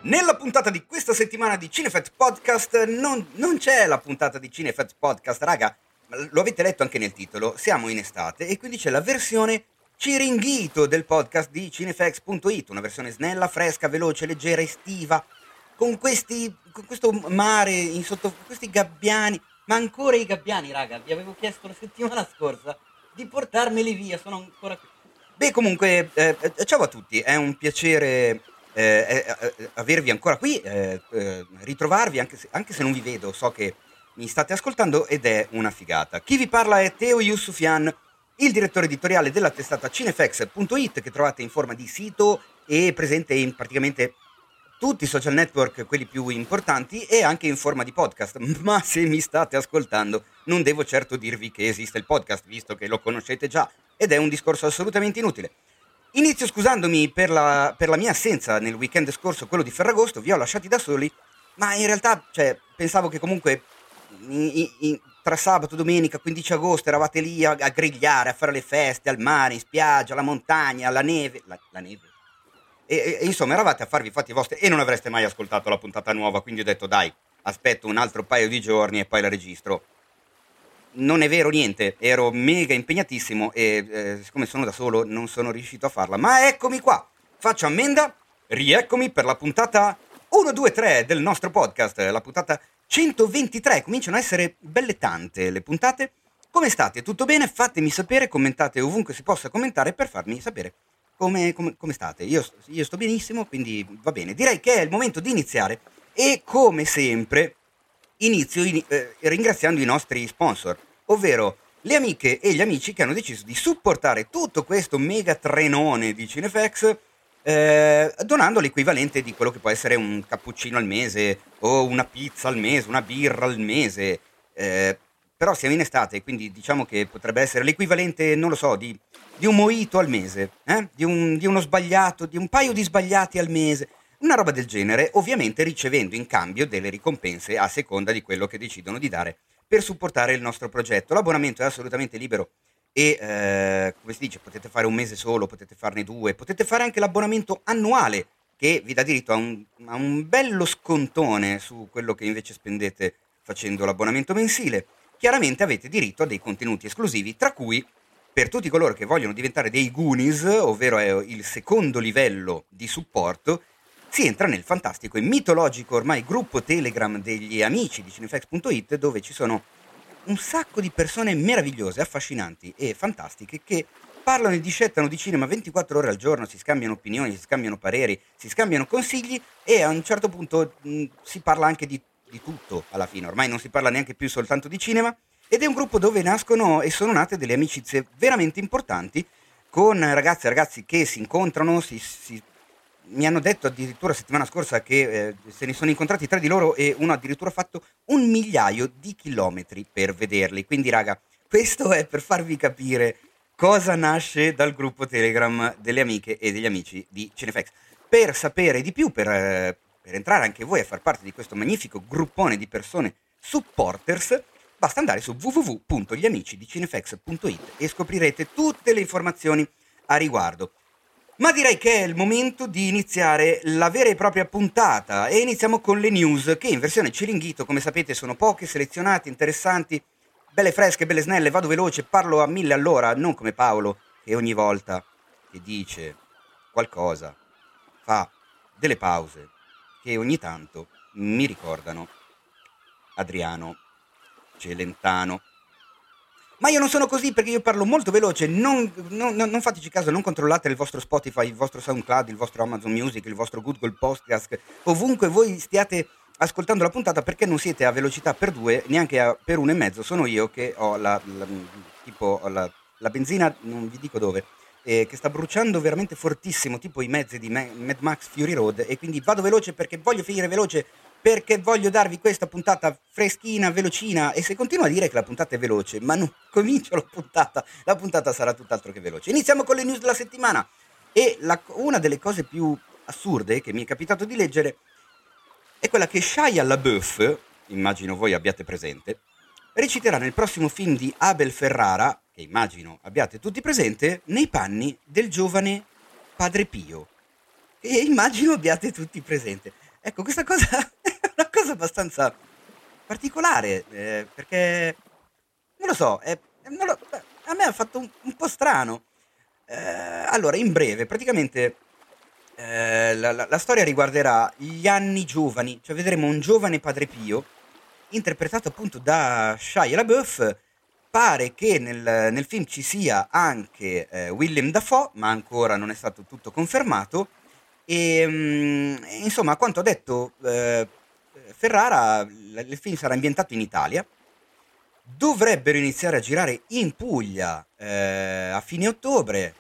Nella puntata di questa settimana di Cinefet Podcast non c'è la puntata di Cinefet Podcast, raga, lo avete letto anche nel titolo, siamo in estate e quindi c'è la versione Ciringhito del podcast di Cinefx.it, una versione snella, fresca, veloce, leggera, estiva, con questo mare in sotto, questi gabbiani, ma ancora i gabbiani, raga, vi avevo chiesto la settimana scorsa di portarmeli via, sono ancora qui. Beh, comunque, ciao a tutti, è un piacere avervi ancora qui, ritrovarvi, anche se non vi vedo, so che mi state ascoltando ed è una figata. Chi vi parla è Teo Yusufian, il direttore editoriale della testata Cinefx.it, che trovate in forma di sito e presente in praticamente tutti i social network, quelli più importanti, e anche in forma di podcast. Ma se mi state ascoltando, non devo certo dirvi che esiste il podcast, visto che lo conoscete già, ed è un discorso assolutamente inutile. Inizio scusandomi per la mia assenza nel weekend scorso, quello di Ferragosto, vi ho lasciati da soli, ma in realtà, pensavo che comunque tra sabato e domenica, 15 agosto, eravate lì a grigliare, a fare le feste, al mare, in spiaggia, alla montagna, alla neve, la neve. E insomma eravate a farvi i fatti vostri e non avreste mai ascoltato la puntata nuova, quindi ho detto dai, aspetto un altro paio di giorni e poi la registro. Non è vero niente, ero mega impegnatissimo e siccome sono da solo non sono riuscito a farla, ma eccomi qua, faccio ammenda, rieccomi per la puntata 1, 2, 3 del nostro podcast, la puntata 123, cominciano a essere belle tante le puntate. Come state? Tutto bene? Fatemi sapere, commentate ovunque si possa commentare per farmi sapere come state. Io sto benissimo, quindi va bene. Direi che è il momento di iniziare e come sempre inizio ringraziando i nostri sponsor, ovvero le amiche e gli amici che hanno deciso di supportare tutto questo mega trenone di Cinefx donando l'equivalente di quello che può essere un cappuccino al mese o una pizza al mese, una birra al mese. Però siamo in estate, quindi diciamo che potrebbe essere l'equivalente, non lo so, di un mojito al mese, di uno sbagliato, di un paio di sbagliati al mese, una roba del genere, ovviamente ricevendo in cambio delle ricompense a seconda di quello che decidono di dare per supportare il nostro progetto. L'abbonamento è assolutamente libero e, come si dice, potete fare un mese solo, potete farne 2, potete fare anche l'abbonamento annuale, che vi dà diritto a un bello scontone su quello che invece spendete facendo l'abbonamento mensile. Chiaramente avete diritto a dei contenuti esclusivi, tra cui, per tutti coloro che vogliono diventare dei Goonies, ovvero è il secondo livello di supporto, si entra nel fantastico e mitologico ormai gruppo Telegram degli amici di Cinefx.it, dove ci sono un sacco di persone meravigliose, affascinanti e fantastiche che parlano e discettano di cinema 24 ore al giorno, si scambiano opinioni, si scambiano pareri, si scambiano consigli e a un certo punto si parla anche di tutto alla fine, ormai non si parla neanche più soltanto di cinema, ed è un gruppo dove nascono e sono nate delle amicizie veramente importanti con ragazze e ragazzi che si incontrano, mi hanno detto addirittura settimana scorsa che se ne sono incontrati 3 di loro e uno addirittura ha fatto 1.000.000 di chilometri per vederli. Quindi raga, questo è per farvi capire cosa nasce dal gruppo Telegram delle amiche e degli amici di Cinefx. Per sapere di più, per entrare anche voi a far parte di questo magnifico gruppone di persone supporters, basta andare su www.gliamicidicinefax.it e scoprirete tutte le informazioni a riguardo. Ma direi che è il momento di iniziare la vera e propria puntata e iniziamo con le news che in versione Ciringhito, come sapete, sono poche, selezionate, interessanti, belle fresche, belle snelle, vado veloce, parlo a 1000 all'ora, non come Paolo che ogni volta che dice qualcosa fa delle pause che ogni tanto mi ricordano Adriano Celentano. Ma io non sono così perché io parlo molto veloce, non fateci caso, non controllate il vostro Spotify, il vostro SoundCloud, il vostro Amazon Music, il vostro Google Podcast, ovunque voi stiate ascoltando la puntata, perché non siete a velocità per 2, neanche per 1,5, sono io che ho la benzina, non vi dico dove, che sta bruciando veramente fortissimo, tipo i mezzi di Mad Max Fury Road, e quindi vado veloce perché voglio finire veloce, perché voglio darvi questa puntata freschina, velocina, e se continuo a dire che la puntata è veloce, ma non comincio la puntata sarà tutt'altro che veloce. Iniziamo con le news della settimana, e una delle cose più assurde che mi è capitato di leggere è quella che Shia LaBeouf, immagino voi abbiate presente, reciterà nel prossimo film di Abel Ferrara, che immagino abbiate tutti presente, nei panni del giovane Padre Pio, che immagino abbiate tutti presente. Ecco, questa cosa è una cosa abbastanza particolare, perché non lo so, a me ha fatto un po' strano. Allora, in breve, praticamente la storia riguarderà gli anni giovani, cioè vedremo un giovane Padre Pio, interpretato appunto da Shia LaBeouf. Pare che nel film ci sia anche Willem Dafoe, ma ancora non è stato tutto confermato. E insomma, a quanto ha detto Ferrara, il film sarà ambientato in Italia. Dovrebbero iniziare a girare in Puglia a fine ottobre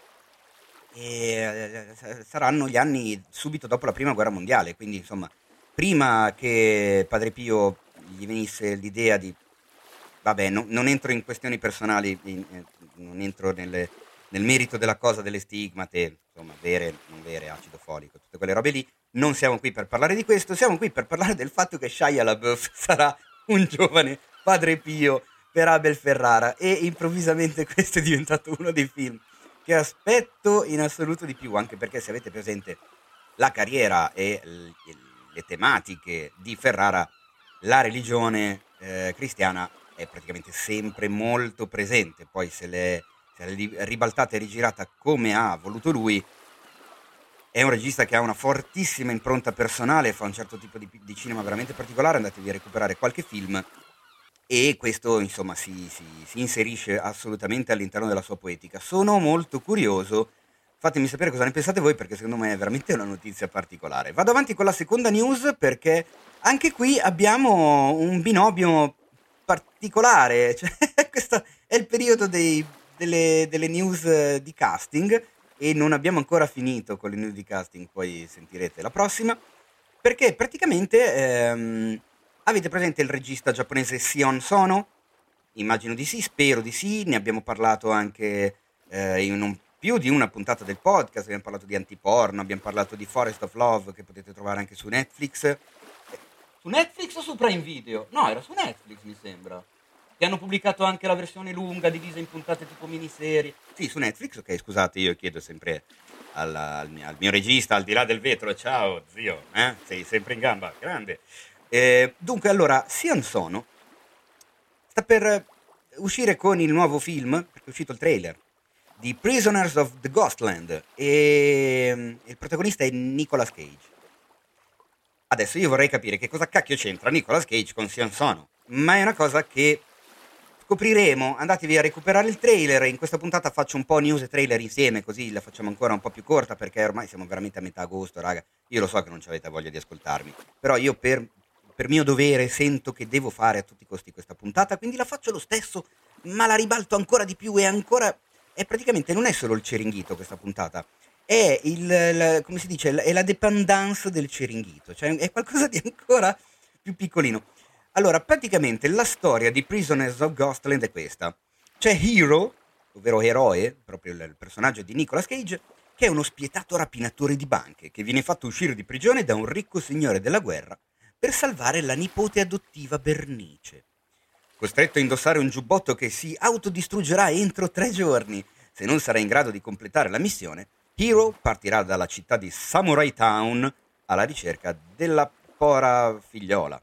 e saranno gli anni subito dopo la prima guerra mondiale, quindi insomma, prima che Padre Pio gli venisse l'idea di, vabbè, non entro in questioni personali, non entro nel merito della cosa, delle stigmate, insomma, vere, non vere, acido folico, tutte quelle robe lì. Non siamo qui per parlare di questo, siamo qui per parlare del fatto che Shia LaBeouf sarà un giovane Padre Pio per Abel Ferrara e improvvisamente questo è diventato uno dei film che aspetto in assoluto di più, anche perché se avete presente la carriera e le tematiche di Ferrara, la religione cristiana è praticamente sempre molto presente. Poi se l'è ribaltata e rigirata come ha voluto lui, è un regista che ha una fortissima impronta personale, fa un certo tipo di cinema veramente particolare, andatevi a recuperare qualche film e questo insomma si inserisce assolutamente all'interno della sua poetica. Sono molto curioso, fatemi sapere cosa ne pensate voi perché secondo me è veramente una notizia particolare. Vado avanti con la seconda news perché anche qui abbiamo un binomio particolare, cioè, questo è il periodo delle news di casting e non abbiamo ancora finito con le news di casting, poi sentirete la prossima, perché praticamente avete presente il regista giapponese Sion Sono? Immagino di sì, spero di sì, ne abbiamo parlato anche più di una puntata del podcast, abbiamo parlato di antiporno, abbiamo parlato di Forest of Love che potete trovare anche su Netflix. Su Netflix o su Prime Video? No, era su Netflix mi sembra. Che hanno pubblicato anche la versione lunga divisa in puntate tipo miniserie. Sì, su Netflix, ok, scusate, io chiedo sempre al mio regista, al di là del vetro, ciao zio, sei sempre in gamba, grande. Dunque, allora, Sion Sono sta per uscire con il nuovo film, perché è uscito il trailer, di Prisoners of the Ghostland e il protagonista è Nicolas Cage. Adesso io vorrei capire che cosa cacchio c'entra Nicolas Cage con Sion Sono, ma è una cosa che scopriremo. Andatevi a recuperare il trailer. In questa puntata faccio un po' news e trailer insieme, così la facciamo ancora un po' più corta perché ormai siamo veramente a metà agosto, raga. Io lo so che non avete voglia di ascoltarmi, però io per mio dovere sento che devo fare a tutti i costi questa puntata, quindi la faccio lo stesso, ma la ribalto ancora di più e ancora. E praticamente non è solo il Ceringhito questa puntata, è come si dice, è la dependance del Ceringhito, cioè è qualcosa di ancora più piccolino. Allora, praticamente la storia di Prisoners of Ghostland è questa. C'è Hero, ovvero eroe, proprio il personaggio di Nicolas Cage, che è uno spietato rapinatore di banche, che viene fatto uscire di prigione da un ricco signore della guerra per salvare la nipote adottiva Bernice. Costretto a indossare un giubbotto che si autodistruggerà entro 3 giorni, se non sarà in grado di completare la missione, Hero partirà dalla città di Samurai Town alla ricerca della pora figliola.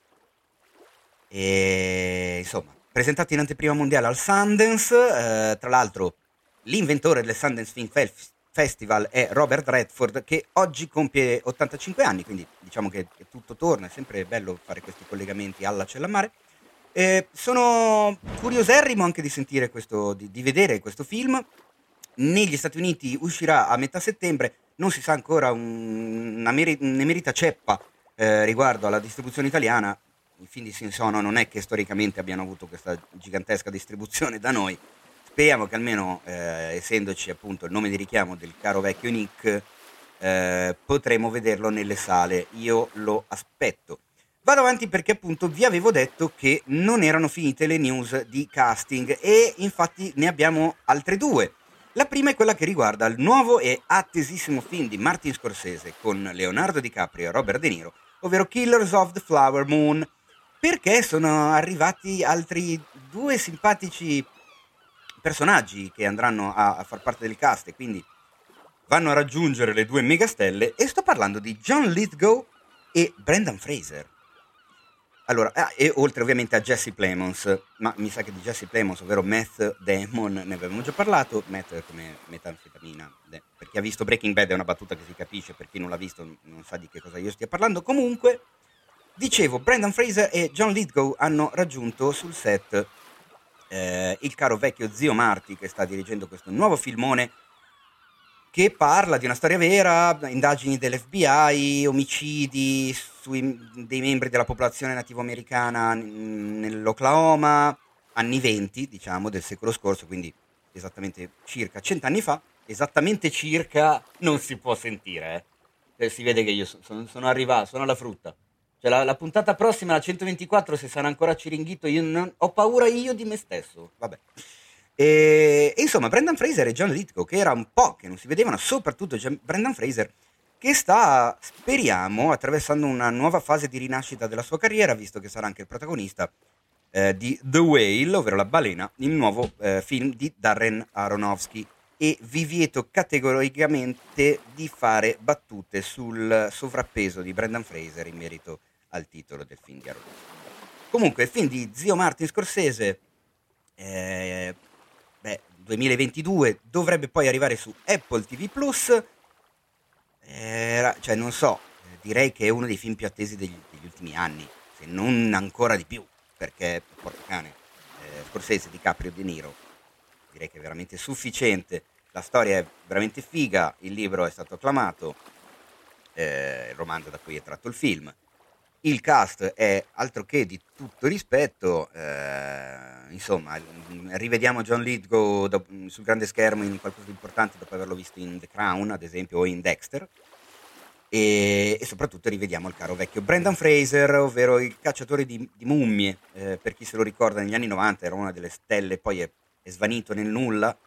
E insomma, presentato in anteprima mondiale al Sundance, tra l'altro l'inventore del Sundance Film Festival è Robert Redford che oggi compie 85 anni, quindi diciamo che tutto torna, è sempre bello fare questi collegamenti alla Cellamare. Sono curioserrimo anche di sentire di vedere questo film. Negli Stati Uniti uscirà a metà settembre, non si sa ancora un'emerita ceppa riguardo alla distribuzione italiana. I film di Sinsono non è che storicamente abbiano avuto questa gigantesca distribuzione da noi. Speriamo che almeno, essendoci appunto il nome di richiamo del caro vecchio Nick, potremo vederlo nelle sale. Io lo aspetto. Vado avanti perché appunto vi avevo detto che non erano finite le news di casting e infatti ne abbiamo altre due. La prima è quella che riguarda il nuovo e attesissimo film di Martin Scorsese con Leonardo DiCaprio e Robert De Niro, ovvero Killers of the Flower Moon, perché sono arrivati altri due simpatici personaggi che andranno a far parte del cast e quindi vanno a raggiungere le due megastelle e sto parlando di John Lithgow e Brendan Fraser. Allora, e oltre ovviamente a Jesse Plemons, ma mi sa che di Jesse Plemons, ovvero Meth Damon, ne avevamo già parlato. Meth come metanfetamina. Per chi ha visto Breaking Bad è una battuta che si capisce, per chi non l'ha visto non sa di che cosa io stia parlando. Comunque, dicevo, Brendan Fraser e John Lithgow hanno raggiunto sul set il caro vecchio zio Marty, che sta dirigendo questo nuovo filmone che parla di una storia vera, indagini dell'FBI, omicidi dei membri della popolazione nativo-americana nell'Oklahoma, anni 20, diciamo, del secolo scorso, quindi esattamente circa 100 anni fa. Esattamente circa non si può sentire, si vede che io sono arrivato, sono alla frutta. Cioè la puntata prossima, la 124, se sarà ancora Ciringhito, ho paura io di me stesso. Vabbè. E insomma, Brendan Fraser e John Lithgow, che era un po' che non si vedevano, soprattutto Brendan Fraser, che sta, speriamo, attraversando una nuova fase di rinascita della sua carriera, visto che sarà anche il protagonista di The Whale, ovvero La balena, il nuovo film di Darren Aronofsky. E vi vieto categoricamente di fare battute sul sovrappeso di Brendan Fraser in merito al titolo del film di Aronofsky. Comunque, il film di zio Martin Scorsese, 2022, dovrebbe poi arrivare su Apple TV Plus. Cioè, non so, direi che è uno dei film più attesi degli ultimi anni, se non ancora di più, perché, porca cane, Scorsese, DiCaprio, De Niro, direi che è veramente sufficiente. La storia è veramente figa, il libro è stato acclamato, il romanzo da cui è tratto il film. Il cast è altro che di tutto rispetto, insomma, rivediamo John Lithgow sul grande schermo in qualcosa di importante dopo averlo visto in The Crown, ad esempio, o in Dexter, e soprattutto rivediamo il caro vecchio Brendan Fraser, ovvero il cacciatore di mummie, per chi se lo ricorda negli anni 90 era una delle stelle, poi è svanito nel nulla,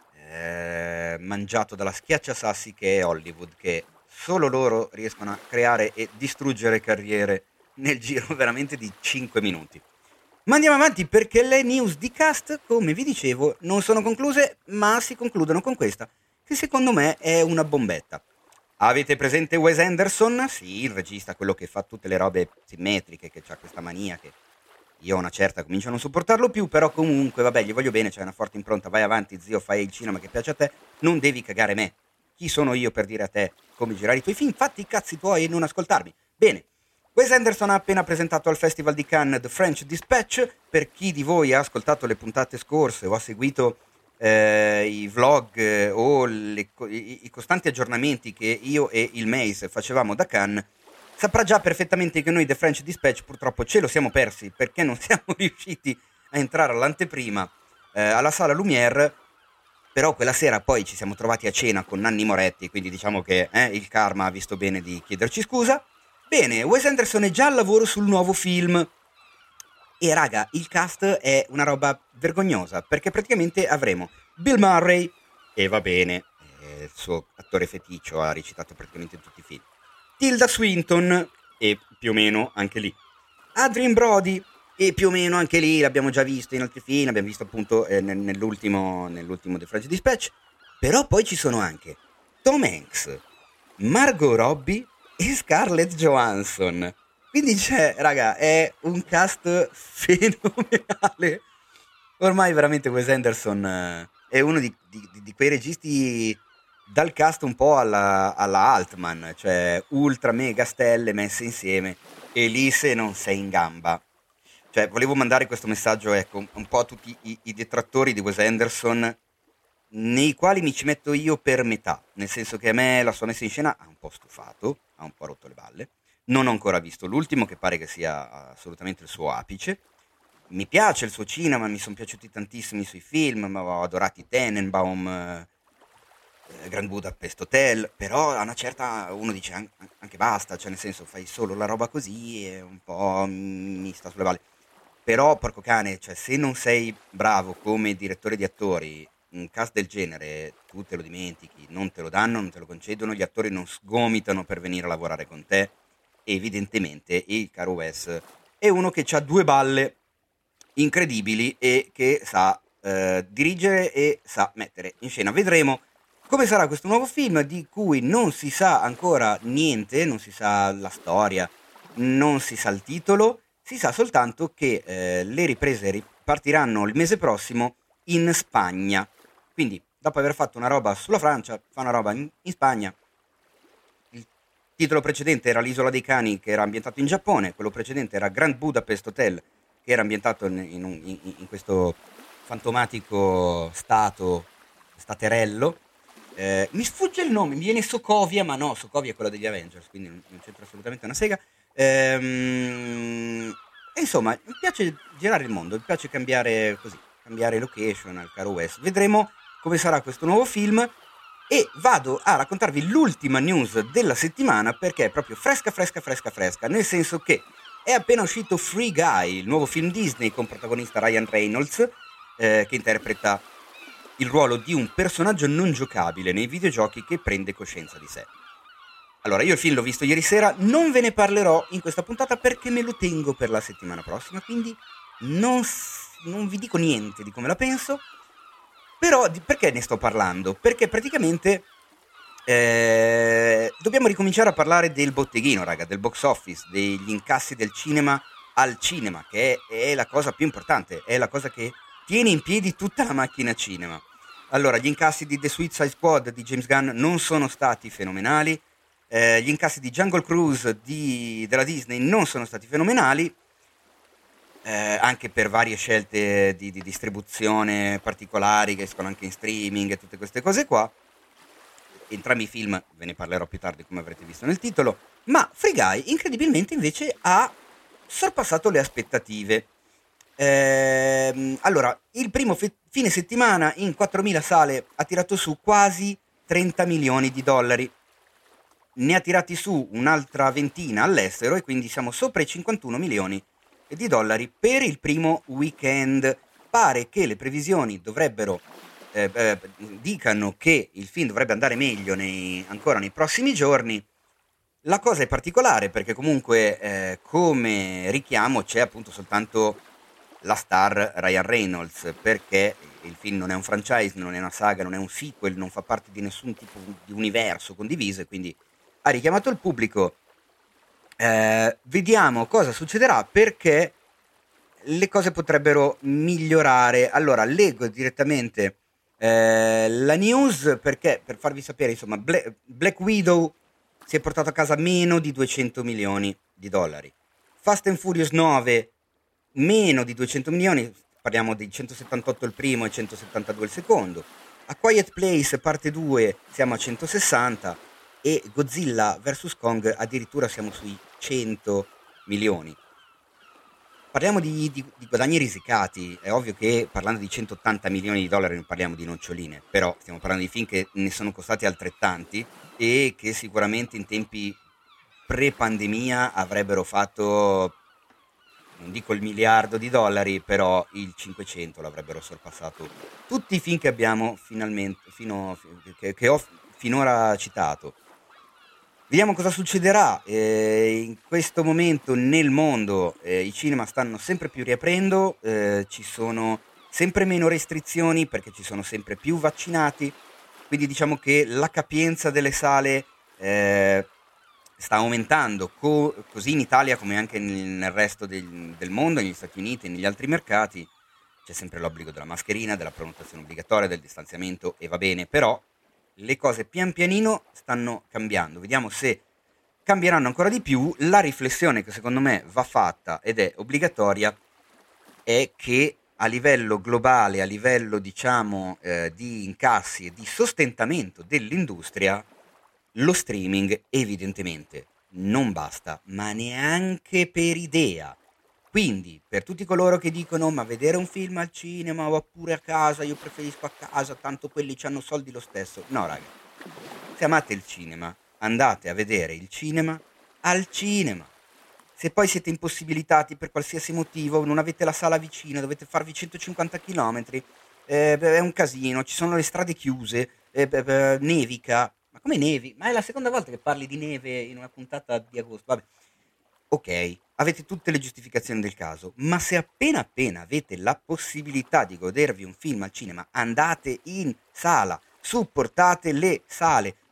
mangiato dalla schiacciasassi che è Hollywood, che solo loro riescono a creare e distruggere carriere nel giro veramente di 5 minuti. Ma andiamo avanti, perché le news di cast, come vi dicevo, non sono concluse, ma si concludono con questa, che secondo me è una bombetta. Avete presente Wes Anderson? Sì, il regista, quello che fa tutte le robe simmetriche, che ha questa mania che io a una certa comincio a non sopportarlo più, però comunque, vabbè, gli voglio bene, c'è una forte impronta, vai avanti zio, fai il cinema che piace a te, non devi cagare me. Chi sono io per dire a te come girare i tuoi film? Fatti i cazzi tuoi e non ascoltarmi. Bene, Wes Anderson ha appena presentato al Festival di Cannes The French Dispatch. Per chi di voi ha ascoltato le puntate scorse o ha seguito i vlog o i costanti aggiornamenti che io e il Mace facevamo da Cannes, saprà già perfettamente che noi The French Dispatch purtroppo ce lo siamo persi perché non siamo riusciti a entrare all'anteprima alla sala Lumière. Però quella sera poi ci siamo trovati a cena con Nanni Moretti, quindi diciamo che il karma ha visto bene di chiederci scusa. Bene, Wes Anderson è già al lavoro sul nuovo film. E raga, il cast è una roba vergognosa, perché praticamente avremo Bill Murray, e va bene, il suo attore feticcio, ha recitato praticamente in tutti i film. Tilda Swinton, e più o meno anche lì. Adrien Brody, e più o meno anche lì l'abbiamo già visto in altri film, abbiamo visto appunto nell'ultimo The French Dispatch. Però poi ci sono anche Tom Hanks, Margot Robbie e Scarlett Johansson. Quindi raga, è un cast fenomenale. Ormai veramente Wes Anderson è uno di quei registi dal cast un po' alla Altman, cioè ultra mega stelle messe insieme, e lì se non sei in gamba. Cioè, volevo mandare questo messaggio, ecco, un po' a tutti i detrattori di Wes Anderson, nei quali mi ci metto io per metà, nel senso che a me la sua messa in scena ha un po' stufato, ha un po' rotto le balle. Non ho ancora visto l'ultimo, che pare che sia assolutamente il suo apice. Mi piace il suo cinema, mi sono piaciuti tantissimo i suoi film, ma ho adorato Tenenbaum, Grand Budapest Hotel, però a una certa uno dice anche basta, cioè nel senso fai solo la roba così e un po' mi sta sulle balle. Però porco cane, cioè se non sei bravo come direttore di attori, un cast del genere tu te lo dimentichi, non te lo danno, non te lo concedono, gli attori non sgomitano per venire a lavorare con te. Evidentemente il caro Wes è uno che ha due balle incredibili e che sa dirigere e sa mettere in scena. Vedremo come sarà questo nuovo film, di cui non si sa ancora niente, non si sa la storia, non si sa il titolo, si sa soltanto che le riprese ripartiranno il mese prossimo in Spagna. Quindi, dopo aver fatto una roba sulla Francia, fa una roba in Spagna. Il titolo precedente era L'isola dei cani, che era ambientato in Giappone. Quello precedente era Grand Budapest Hotel, che era ambientato in questo fantomatico staterello. Mi sfugge il nome, mi viene Sokovia, ma no, Sokovia è quella degli Avengers, quindi non c'entra assolutamente una sega. E insomma, mi piace girare il mondo, mi piace cambiare così, cambiare location al caro West. Vedremo come sarà questo nuovo film e vado a raccontarvi l'ultima news della settimana perché è proprio fresca, nel senso che è appena uscito Free Guy, il nuovo film Disney con protagonista Ryan Reynolds, che interpreta il ruolo di un personaggio non giocabile nei videogiochi che prende coscienza di sé. Allora, io il film l'ho visto ieri sera, non ve ne parlerò in questa puntata perché me lo tengo per la settimana prossima, quindi non vi dico niente di come la penso, però perché ne sto parlando? Perché praticamente dobbiamo ricominciare a parlare del botteghino, raga, del box office, degli incassi del cinema al cinema, che è la cosa più importante, è la cosa che tiene in piedi tutta la macchina cinema. Allora, gli incassi di The Suicide Squad di James Gunn non sono stati fenomenali, gli incassi di Jungle Cruise della Disney non sono stati fenomenali, anche per varie scelte di distribuzione particolari che escono anche in streaming e tutte queste cose qua. Entrambi i film ve ne parlerò più tardi, come avrete visto nel titolo, ma Free Guy incredibilmente invece ha sorpassato le aspettative. Allora, il primo fine settimana in 4.000 sale ha tirato su quasi 30 milioni di dollari. Ne ha tirati su un'altra ventina all'estero e quindi siamo sopra i 51 milioni di dollari per il primo weekend. Pare che le previsioni dicano che il film dovrebbe andare meglio ancora nei prossimi giorni. La cosa è particolare perché comunque come richiamo c'è appunto soltanto la star Ryan Reynolds, perché il film non è un franchise, non è una saga, non è un sequel, non fa parte di nessun tipo di universo condiviso e quindi ha richiamato il pubblico. Vediamo cosa succederà perché le cose potrebbero migliorare. Allora, leggo direttamente la news perché, per farvi sapere, insomma, Black Widow si è portato a casa meno di 200 milioni di dollari. Fast and Furious 9 meno di 200 milioni, parliamo di 178 il primo e 172 il secondo. A Quiet Place parte 2 siamo a 160 e Godzilla vs Kong addirittura siamo sui 100 milioni. Parliamo di guadagni risicati, è ovvio che parlando di 180 milioni di dollari non parliamo di noccioline, però stiamo parlando di film che ne sono costati altrettanti e che sicuramente in tempi pre-pandemia avrebbero fatto, non dico il miliardo di dollari, però il 500 l'avrebbero sorpassato. Tutti i film che abbiamo che ho finora citato. Vediamo cosa succederà. In questo momento nel mondo i cinema stanno sempre più riaprendo, ci sono sempre meno restrizioni perché ci sono sempre più vaccinati, quindi diciamo che la capienza delle sale sta aumentando, così in Italia come anche nel resto del mondo, negli Stati Uniti e negli altri mercati. C'è sempre l'obbligo della mascherina, della prenotazione obbligatoria, del distanziamento e va bene, però le cose pian pianino stanno cambiando. Vediamo se cambieranno ancora di più. La riflessione che secondo me va fatta ed è obbligatoria è che a livello globale, a livello diciamo di incassi e di sostentamento dell'industria, lo streaming evidentemente non basta, ma neanche per idea. Quindi, per tutti coloro che dicono ma vedere un film al cinema oppure a casa, io preferisco a casa, tanto quelli hanno soldi lo stesso. No, raga, se amate il cinema, andate a vedere il cinema al cinema. Se poi siete impossibilitati per qualsiasi motivo, non avete la sala vicina, dovete farvi 150 km, è un casino, ci sono le strade chiuse, nevica. Ma come nevi? Ma è la seconda volta che parli di neve in una puntata di agosto. Vabbè. Ok, avete tutte le giustificazioni del caso, ma se appena avete la possibilità di godervi un film al cinema, andate in sala, supportate le sale,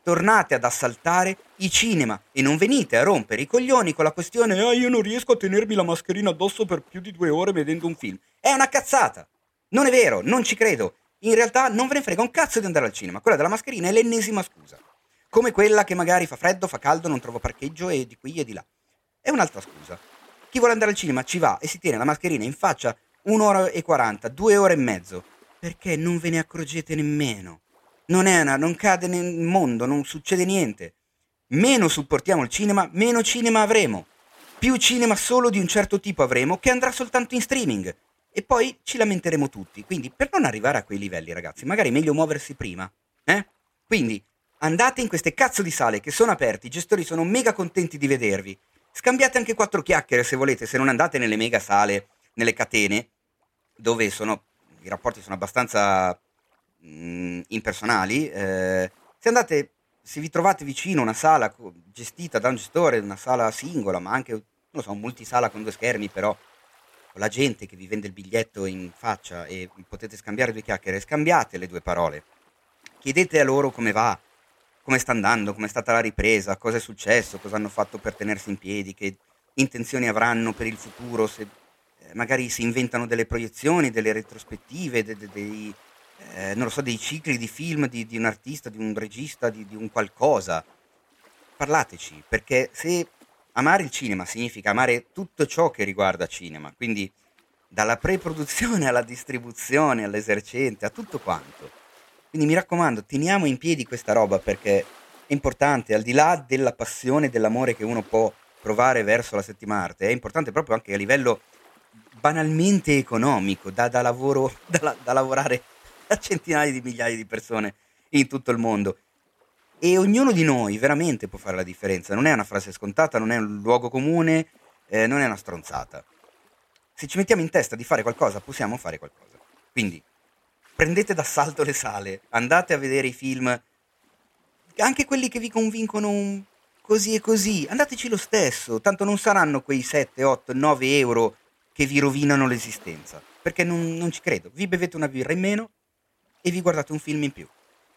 tornate ad assaltare i cinema e non venite a rompere i coglioni con la questione io non riesco a tenermi la mascherina addosso per più di 2 ore vedendo un film. È una cazzata! Non è vero, non ci credo. In realtà non ve ne frega un cazzo di andare al cinema. Quella della mascherina è l'ennesima scusa. Come quella che magari fa freddo, fa caldo, non trovo parcheggio e di qui e di là. È un'altra scusa. Chi vuole andare al cinema ci va e si tiene la mascherina in faccia 1 ora e 40, 2 ore e mezzo, perché non ve ne accorgete nemmeno. Non cade nel mondo, non succede niente. Meno supportiamo il cinema, meno cinema avremo. Più cinema solo di un certo tipo avremo, che andrà soltanto in streaming. E poi ci lamenteremo tutti. Quindi, per non arrivare a quei livelli, ragazzi, magari è meglio muoversi prima. Quindi, andate in queste cazzo di sale che sono aperte, i gestori sono mega contenti di vedervi. Scambiate anche 4 chiacchiere se volete, se non andate nelle mega sale, nelle catene, dove i rapporti sono abbastanza impersonali. Se vi trovate vicino una sala gestita da un gestore, una sala singola, ma anche, non lo so, un multisala con 2 schermi, però con la gente che vi vende il biglietto in faccia e potete scambiare 2 chiacchiere, scambiate le 2 parole. Chiedete a loro come va, come sta andando, come è stata la ripresa, cosa è successo, cosa hanno fatto per tenersi in piedi, che intenzioni avranno per il futuro, se magari si inventano delle proiezioni, delle retrospettive, non lo so, dei cicli di film di un artista, di un regista, di un qualcosa. Parlateci, perché se amare il cinema significa amare tutto ciò che riguarda cinema, quindi dalla pre-produzione alla distribuzione, all'esercente, a tutto quanto. Quindi mi raccomando, teniamo in piedi questa roba perché è importante, al di là della passione e dell'amore che uno può provare verso la settima arte, è importante proprio anche a livello banalmente economico, da lavoro, da lavorare a centinaia di migliaia di persone in tutto il mondo. E ognuno di noi veramente può fare la differenza. Non è una frase scontata, non è un luogo comune, non è una stronzata. Se ci mettiamo in testa di fare qualcosa, possiamo fare qualcosa. Quindi prendete d'assalto le sale, andate a vedere i film, anche quelli che vi convincono così e così, andateci lo stesso, tanto non saranno quei 7, 8, 9 euro che vi rovinano l'esistenza, perché non ci credo. Vi bevete una birra in meno e vi guardate un film in più.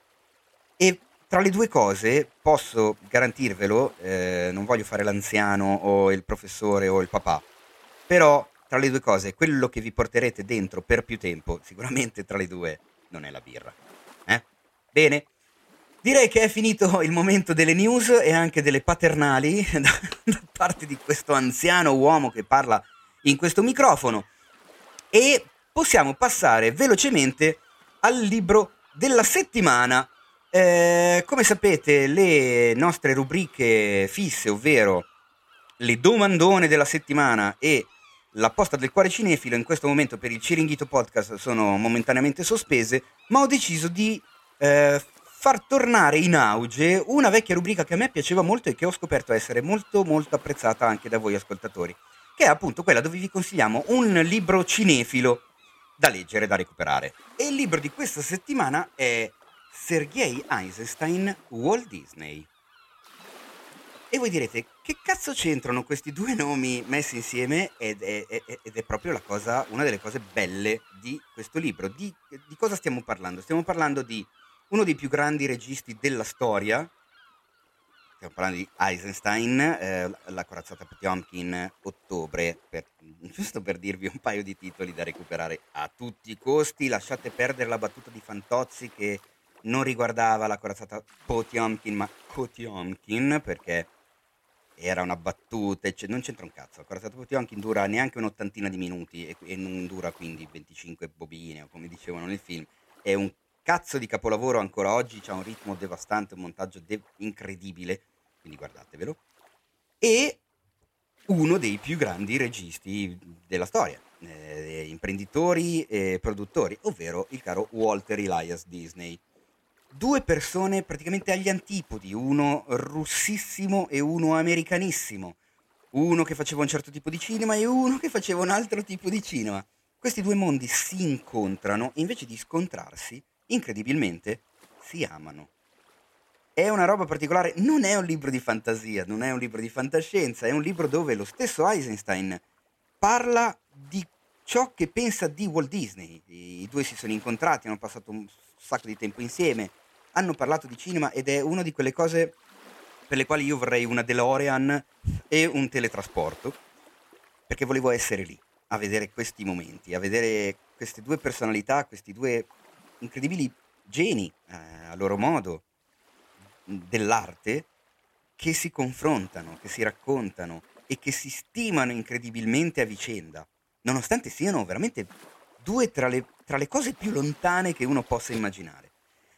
E tra le due cose posso garantirvelo, non voglio fare l'anziano o il professore o il papà, però tra le due cose quello che vi porterete dentro per più tempo, sicuramente tra le due, non è la birra. Bene, direi che è finito il momento delle news e anche delle paternali da parte di questo anziano uomo che parla in questo microfono e possiamo passare velocemente al libro della settimana. Come sapete, le nostre rubriche fisse, ovvero le domandone della settimana e la posta del cuore cinefilo, in questo momento per il Ciringhito Podcast sono momentaneamente sospese, ma ho deciso di far tornare in auge una vecchia rubrica che a me piaceva molto e che ho scoperto essere molto molto apprezzata anche da voi ascoltatori, che è appunto quella dove vi consigliamo un libro cinefilo da leggere, da recuperare. E il libro di questa settimana è Sergei Eisenstein, Walt Disney. E voi direte, che cazzo c'entrano questi due nomi messi insieme? Ed è proprio una delle cose belle di questo libro. Di cosa stiamo parlando? Stiamo parlando di uno dei più grandi registi della storia. Stiamo parlando di Eisenstein, La corazzata Potemkin, ottobre, giusto per dirvi un paio di titoli da recuperare a tutti i costi. Lasciate perdere la battuta di Fantozzi che non riguardava la corazzata Potemkin, ma Potemkin, perché era una battuta, non c'entra un cazzo. La corazzata Potemkin dura neanche un'ottantina di minuti e non dura quindi 25 bobine, o come dicevano nel film. È un cazzo di capolavoro ancora oggi, c'ha un ritmo devastante, un montaggio incredibile, quindi guardatevelo. E uno dei più grandi registi della storia, imprenditori e produttori, ovvero il caro Walter Elias Disney. Due persone praticamente agli antipodi, uno russissimo e uno americanissimo, uno che faceva un certo tipo di cinema e uno che faceva un altro tipo di cinema. Questi due mondi si incontrano e invece di scontrarsi, incredibilmente, si amano. È una roba particolare, non è un libro di fantasia, non è un libro di fantascienza, è un libro dove lo stesso Eisenstein parla di ciò che pensa di Walt Disney. I due si sono incontrati, hanno passato un sacco di tempo insieme, hanno parlato di cinema ed è una di quelle cose per le quali io vorrei una DeLorean e un teletrasporto, perché volevo essere lì, a vedere questi momenti, a vedere queste due personalità, questi due incredibili geni, a loro modo, dell'arte, che si confrontano, che si raccontano e che si stimano incredibilmente a vicenda, nonostante siano veramente due tra le cose più lontane che uno possa immaginare.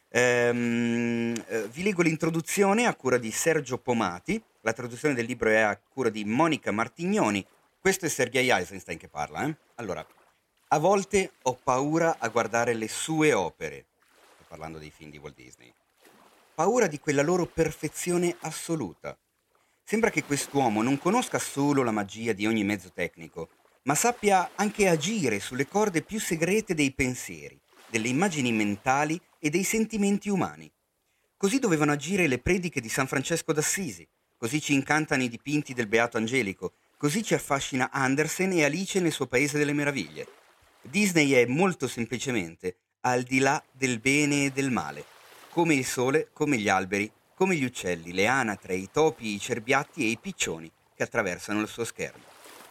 Vi leggo l'introduzione a cura di Sergio Pomati, la traduzione del libro è a cura di Monica Martignoni. Questo è Sergei Eisenstein che parla. Allora, a volte ho paura a guardare le sue opere, sto parlando dei film di Walt Disney, paura di quella loro perfezione assoluta. Sembra che quest'uomo non conosca solo la magia di ogni mezzo tecnico, ma sappia anche agire sulle corde più segrete dei pensieri, delle immagini mentali e dei sentimenti umani. Così dovevano agire le prediche di San Francesco d'Assisi, così ci incantano i dipinti del Beato Angelico, così ci affascina Andersen e Alice nel suo Paese delle Meraviglie. Disney è molto semplicemente al di là del bene e del male, come il sole, come gli alberi, come gli uccelli, le anatre, i topi, i cerbiatti e i piccioni che attraversano il suo schermo.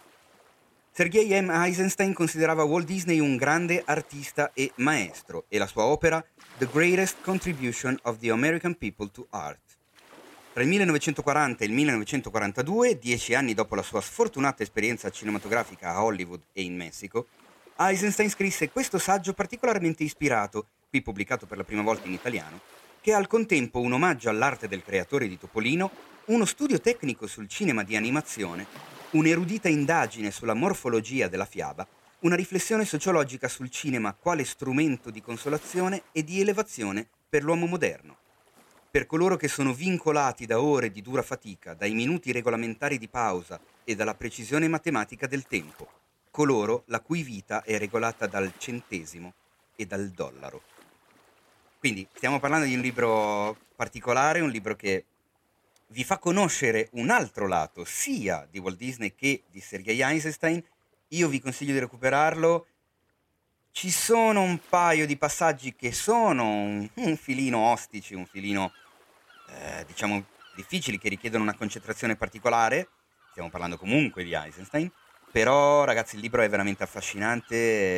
Sergei M. Eisenstein considerava Walt Disney un grande artista e maestro e la sua opera The Greatest Contribution of the American People to Art. Tra il 1940 e il 1942, 10 anni dopo la sua sfortunata esperienza cinematografica a Hollywood e in Messico, Eisenstein scrisse questo saggio particolarmente ispirato, qui pubblicato per la prima volta in italiano, che è al contempo un omaggio all'arte del creatore di Topolino, uno studio tecnico sul cinema di animazione, un'erudita indagine sulla morfologia della fiaba, una riflessione sociologica sul cinema quale strumento di consolazione e di elevazione per l'uomo moderno. Per coloro che sono vincolati da ore di dura fatica, dai minuti regolamentari di pausa e dalla precisione matematica del tempo, coloro la cui vita è regolata dal centesimo e dal dollaro. Quindi stiamo parlando di un libro particolare, un libro che vi fa conoscere un altro lato sia di Walt Disney che di Sergei Eisenstein. Io vi consiglio di recuperarlo. Ci sono un paio di passaggi che sono un filino ostici, un filino diciamo difficili, che richiedono una concentrazione particolare. Stiamo parlando comunque di Eisenstein, però ragazzi il libro è veramente affascinante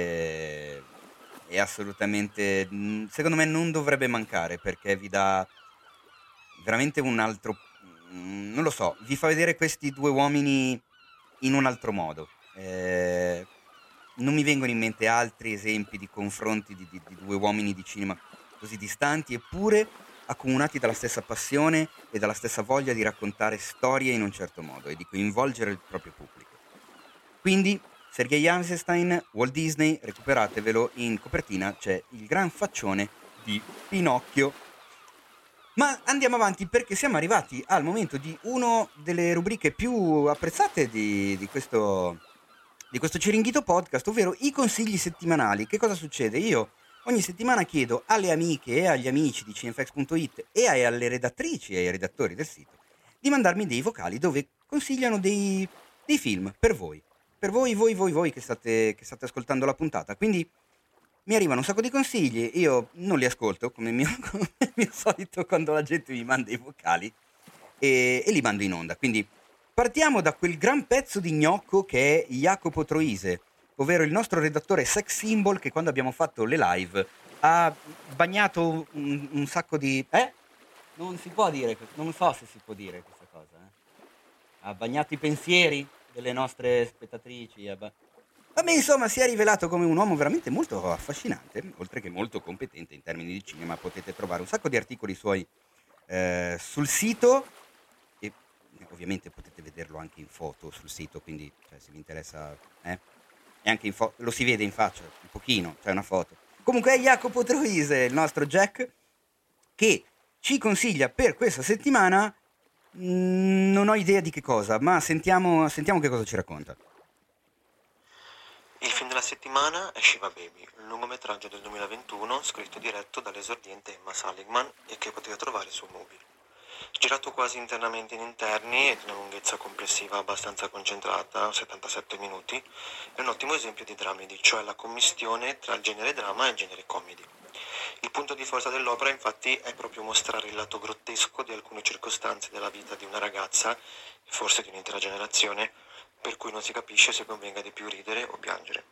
e assolutamente, secondo me non dovrebbe mancare, perché vi dà veramente un altro, non lo so, vi fa vedere questi due uomini in un altro modo. Non mi vengono in mente altri esempi di confronti di due uomini di cinema così distanti, eppure accomunati dalla stessa passione e dalla stessa voglia di raccontare storie in un certo modo e di coinvolgere il proprio pubblico. Quindi Sergei Eisenstein, Walt Disney, recuperatevelo, in copertina c'è il gran faccione di Pinocchio. Ma andiamo avanti, perché siamo arrivati al momento di una delle rubriche più apprezzate di questo Ciringhito Podcast, ovvero i consigli settimanali. Che cosa succede? Io ogni settimana chiedo alle amiche e agli amici di cinefx.it e alle redattrici e ai redattori del sito di mandarmi dei vocali dove consigliano dei film per voi. Per voi che state ascoltando la puntata. Quindi mi arrivano un sacco di consigli, io non li ascolto, come mio solito quando la gente mi manda i vocali, e li mando in onda. Quindi partiamo da quel gran pezzo di gnocco che è Jacopo Troise, ovvero il nostro redattore sex symbol che quando abbiamo fatto le live ha bagnato un sacco di... Non si può dire, non so se si può dire questa cosa. Ha bagnato i pensieri delle nostre spettatrici. Vabbè, insomma, si è rivelato come un uomo veramente molto affascinante, oltre che molto competente in termini di cinema. Potete trovare un sacco di articoli suoi sul sito e ovviamente potete vederlo anche in foto sul sito, quindi se vi interessa, e anche lo si vede in faccia, un pochino, c'è una foto. Comunque è Jacopo Troise, il nostro Jack, che ci consiglia per questa settimana, non ho idea di che cosa, ma sentiamo che cosa ci racconta. Il film della settimana è Shiva Baby, un lungometraggio del 2021 scritto e diretto dall'esordiente Emma Seligman e che potete trovare su Mubi. Girato quasi internamente in interni e di una lunghezza complessiva abbastanza concentrata, 77 minuti, è un ottimo esempio di dramedy, cioè la commistione tra il genere drama e il genere comedy. Il punto di forza dell'opera, infatti, è proprio mostrare il lato grottesco di alcune circostanze della vita di una ragazza, e forse di un'intera generazione, per cui non si capisce se convenga di più ridere o piangere.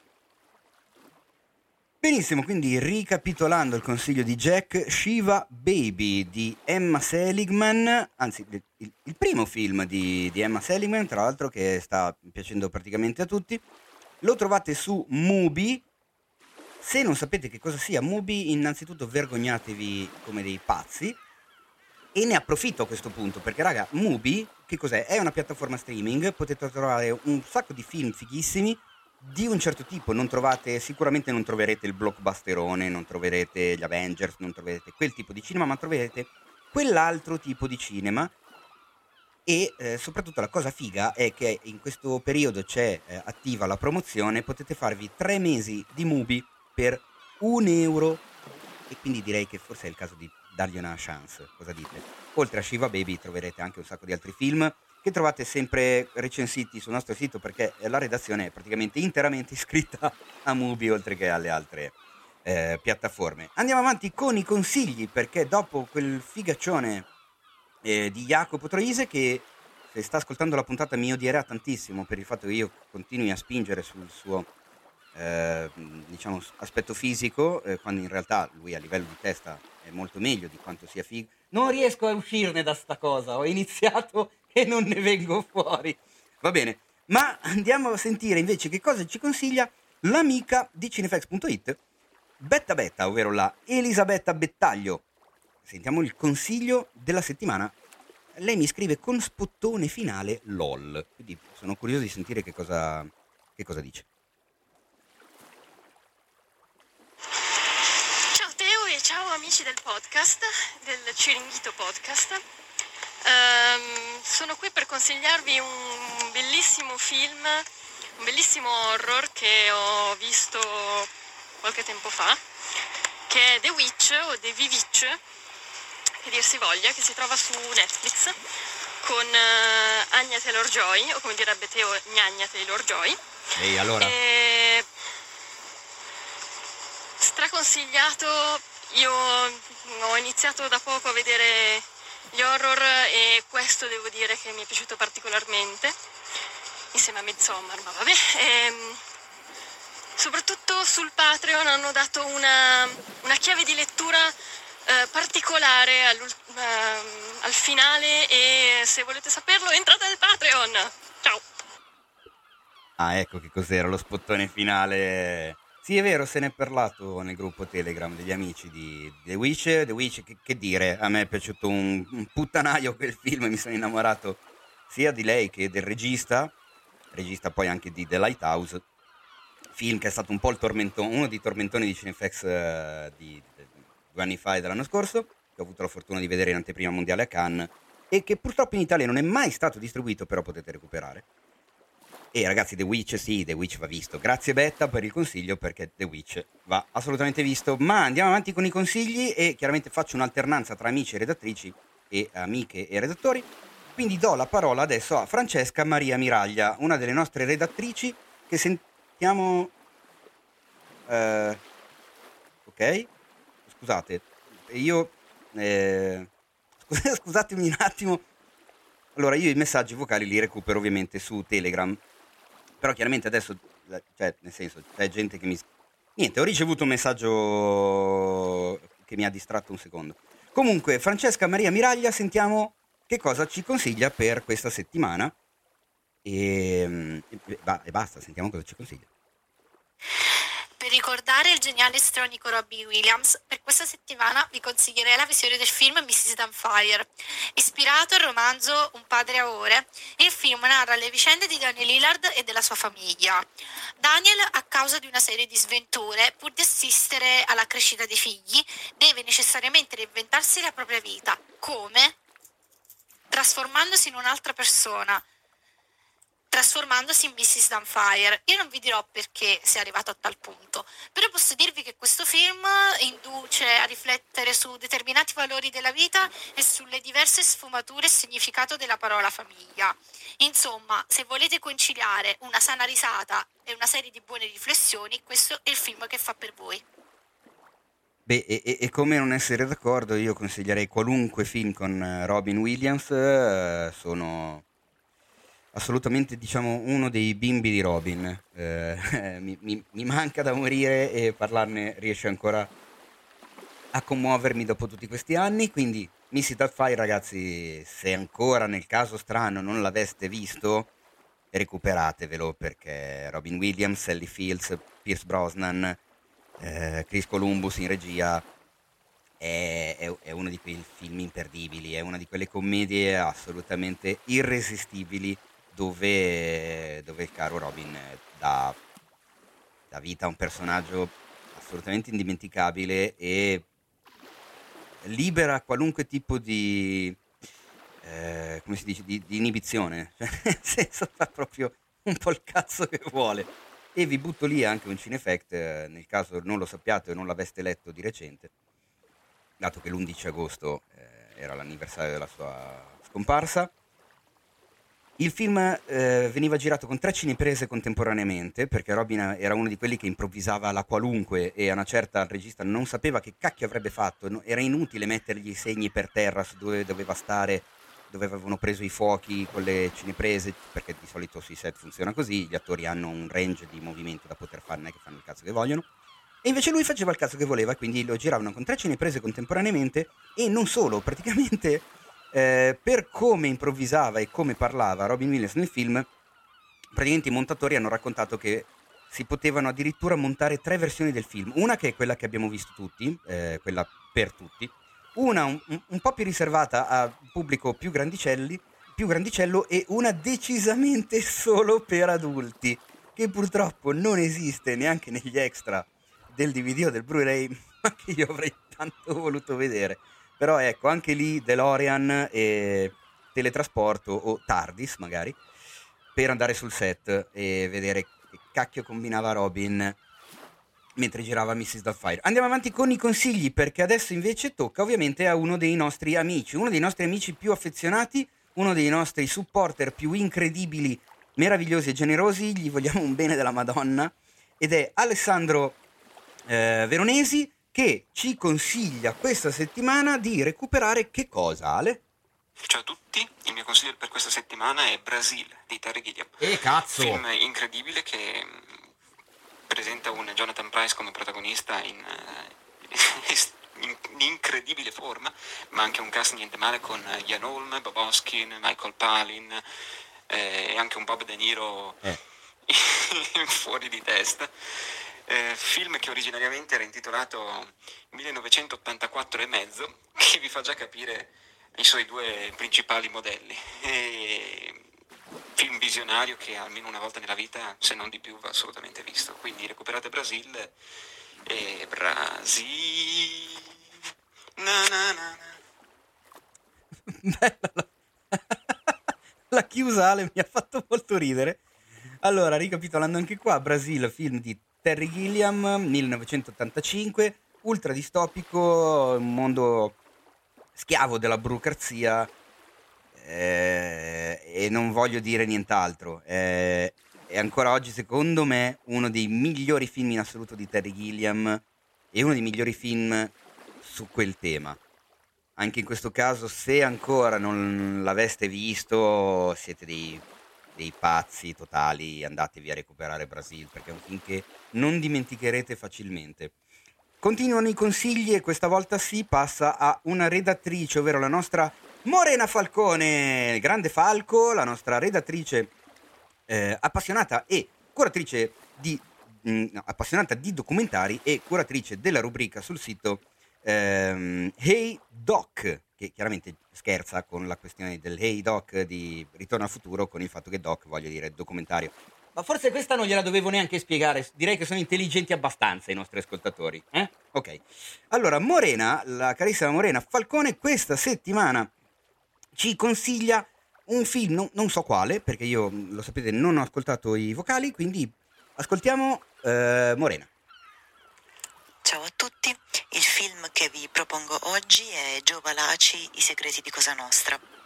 Benissimo, quindi ricapitolando il consiglio di Jack, Shiva Baby di Emma Seligman, anzi il primo film di Emma Seligman, tra l'altro, che sta piacendo praticamente a tutti, lo trovate su Mubi. Se non sapete che cosa sia Mubi, innanzitutto vergognatevi come dei pazzi, e ne approfitto a questo punto perché raga, Mubi che cos'è? È una piattaforma streaming, potete trovare un sacco di film fighissimi di un certo tipo. Sicuramente non troverete il blockbusterone, non troverete gli Avengers, non troverete quel tipo di cinema, ma troverete quell'altro tipo di cinema. E soprattutto la cosa figa è che in questo periodo c'è attiva la promozione, potete farvi 3 mesi di Mubi per €1, e quindi direi che forse è il caso di dargli una chance. Cosa dite? Oltre a Shiva Baby troverete anche un sacco di altri film che trovate sempre recensiti sul nostro sito, perché la redazione è praticamente interamente iscritta a Mubi oltre che alle altre piattaforme. Andiamo avanti con i consigli, perché dopo quel figaccione di Jacopo Troise, che se sta ascoltando la puntata mi odierà tantissimo per il fatto che io continui a spingere sul suo diciamo aspetto fisico, quando in realtà lui a livello di testa è molto meglio di quanto sia figo. Non riesco a uscirne da sta cosa, ho iniziato e non ne vengo fuori. Va bene, ma andiamo a sentire invece che cosa ci consiglia l'amica di Cinefx.it, Betta Betta, ovvero la Elisabetta Bettaglio. Sentiamo il consiglio della settimana. Lei mi scrive con spottone finale LOL, quindi sono curioso di sentire che cosa dice. Ciao Teo e ciao amici del podcast, del Ciringhito Podcast. Sono qui per consigliarvi un bellissimo film, un bellissimo horror che ho visto qualche tempo fa, che è The Witch o The Vivitch, che dir si voglia, che si trova su Netflix con Anya Taylor-Joy, o come direbbe Teo, Gnagna Taylor-Joy. Ehi, allora? Straconsigliato. Io ho iniziato da poco a vedere gli horror e questo devo dire che mi è piaciuto particolarmente, insieme a Midsommar, ma vabbè. Soprattutto sul Patreon hanno dato una chiave di lettura particolare al finale, e se volete saperlo entrate nel Patreon. Ciao. Ah, ecco che cos'era lo spottone finale. Sì, è vero, se ne è parlato nel gruppo Telegram degli amici di The Witch. The Witch, che dire, a me è piaciuto un puttanaio quel film, mi sono innamorato sia di lei che del regista poi anche di The Lighthouse, film che è stato un po' uno dei tormentoni di Cinefx di 2 anni fa e dell'anno scorso, che ho avuto la fortuna di vedere in anteprima mondiale a Cannes e che purtroppo in Italia non è mai stato distribuito, però potete recuperare. E ragazzi, The Witch va visto. Grazie Betta per il consiglio, perché The Witch va assolutamente visto. Ma andiamo avanti con i consigli e chiaramente faccio un'alternanza tra amici e redattrici e amiche e redattori. Quindi do la parola adesso a Francesca Maria Miraglia, una delle nostre redattrici, che sentiamo... ok? Scusate, io... scusatemi un attimo. Allora, io i messaggi vocali li recupero ovviamente su Telegram, però chiaramente adesso, cioè, nel senso, c'è gente che mi... Niente, ho ricevuto un messaggio che mi ha distratto un secondo. Comunque, Francesca Maria Miraglia, sentiamo che cosa ci consiglia per questa settimana. E basta, sentiamo cosa ci consiglia. Per ricordare il geniale e stronico Robbie Williams, per questa settimana vi consiglierei la visione del film Mrs. Doubtfire. Ispirato al romanzo Un padre a ore, il film narra le vicende di Daniel Lillard e della sua famiglia. Daniel, a causa di una serie di sventure, pur di assistere alla crescita dei figli, deve necessariamente reinventarsi la propria vita. Come? Trasformandosi in un'altra persona, trasformandosi in Mrs. Doubtfire. Io non vi dirò perché sia arrivato a tal punto, però posso dirvi che questo film induce a riflettere su determinati valori della vita e sulle diverse sfumature e significato della parola famiglia. Insomma, se volete conciliare una sana risata e una serie di buone riflessioni, questo è il film che fa per voi. Beh, e come non essere d'accordo, io consiglierei qualunque film con Robin Williams, sono assolutamente, diciamo, uno dei bimbi di Robin. Mi manca da morire e parlarne riesce ancora a commuovermi dopo tutti questi anni, quindi Missy Fire, ragazzi, se ancora nel caso strano non l'aveste visto, recuperatevelo perché Robin Williams, Sally Fields, Pierce Brosnan, Chris Columbus in regia è uno di quei film imperdibili, è una di quelle commedie assolutamente irresistibili dove il caro Robin dà vita a un personaggio assolutamente indimenticabile e libera qualunque tipo di come si dice, di inibizione, cioè, nel senso fa proprio un po' il cazzo che vuole. E vi butto lì anche un cinefact, nel caso non lo sappiate o non l'aveste letto di recente, dato che l'11 agosto era l'anniversario della sua scomparsa. Il film veniva girato con 3 cineprese contemporaneamente, perché Robin era uno di quelli che improvvisava la qualunque e a una certa il regista non sapeva che cacchio avrebbe fatto, era inutile mettergli i segni per terra su dove doveva stare, dove avevano preso i fuochi con le cineprese, perché di solito sui set funziona così, gli attori hanno un range di movimento da poter fare, non è che fanno il cazzo che vogliono. E invece lui faceva il cazzo che voleva, quindi lo giravano con 3 cineprese contemporaneamente e non solo, praticamente per come improvvisava e come parlava Robin Williams nel film, praticamente i montatori hanno raccontato che si potevano addirittura montare 3 versioni del film, una che è quella che abbiamo visto tutti, quella per tutti, una un po' più riservata a pubblico più grandicello e una decisamente solo per adulti, che purtroppo non esiste neanche negli extra del DVD o del Blu-ray, ma che io avrei tanto voluto vedere. Però ecco, anche lì DeLorean e teletrasporto o TARDIS magari, per andare sul set e vedere che cacchio combinava Robin mentre girava Mrs. Doubtfire. Andiamo avanti con i consigli, perché adesso invece tocca ovviamente a uno dei nostri amici più affezionati, uno dei nostri supporter più incredibili, meravigliosi e generosi, gli vogliamo un bene della Madonna, ed è Alessandro Veronesi, che ci consiglia questa settimana di recuperare che cosa, Ale? Ciao a tutti, il mio consiglio per questa settimana è Brasil di Terry Gilliam. Cazzo! Film incredibile che presenta un Jonathan Pryce come protagonista in incredibile forma, ma anche un cast niente male con Ian Holm, Bob Hoskin, Michael Palin e anche un Bob De Niro fuori di testa. Film che originariamente era intitolato 1984 e mezzo, che vi fa già capire i suoi 2 principali modelli. Film visionario che almeno una volta nella vita, se non di più, va assolutamente visto. Quindi recuperate Brasil e Brasil. Na na na na. Bella la chiusa, Ale, mi ha fatto molto ridere. Allora, ricapitolando anche qua, Brasil, film di Terry Gilliam, 1985, ultra distopico, un mondo schiavo della burocrazia, e non voglio dire nient'altro. È ancora oggi, secondo me, uno dei migliori film in assoluto di Terry Gilliam e uno dei migliori film su quel tema. Anche in questo caso, se ancora non l'aveste visto, siete dei pazzi totali, andatevi a recuperare Brasil, perché è un film che non dimenticherete facilmente. Continuano i consigli e questa volta si passa a una redattrice, ovvero la nostra Morena Falcone, grande Falco, la nostra redattrice appassionata e curatrice appassionata di documentari e curatrice della rubrica sul sito Hey Doc, che chiaramente scherza con la questione del Hey Doc di Ritorno al futuro, con il fatto che Doc voglia dire documentario. Ma forse questa non gliela dovevo neanche spiegare, direi che sono intelligenti abbastanza i nostri ascoltatori, Ok. Allora, Morena, la carissima Morena Falcone, questa settimana ci consiglia un film, non so quale, perché io, lo sapete, non ho ascoltato i vocali, quindi ascoltiamo Morena. Ciao a tutti, il film che vi propongo oggi è Joe Valaci, I segreti di Cosa Nostra. È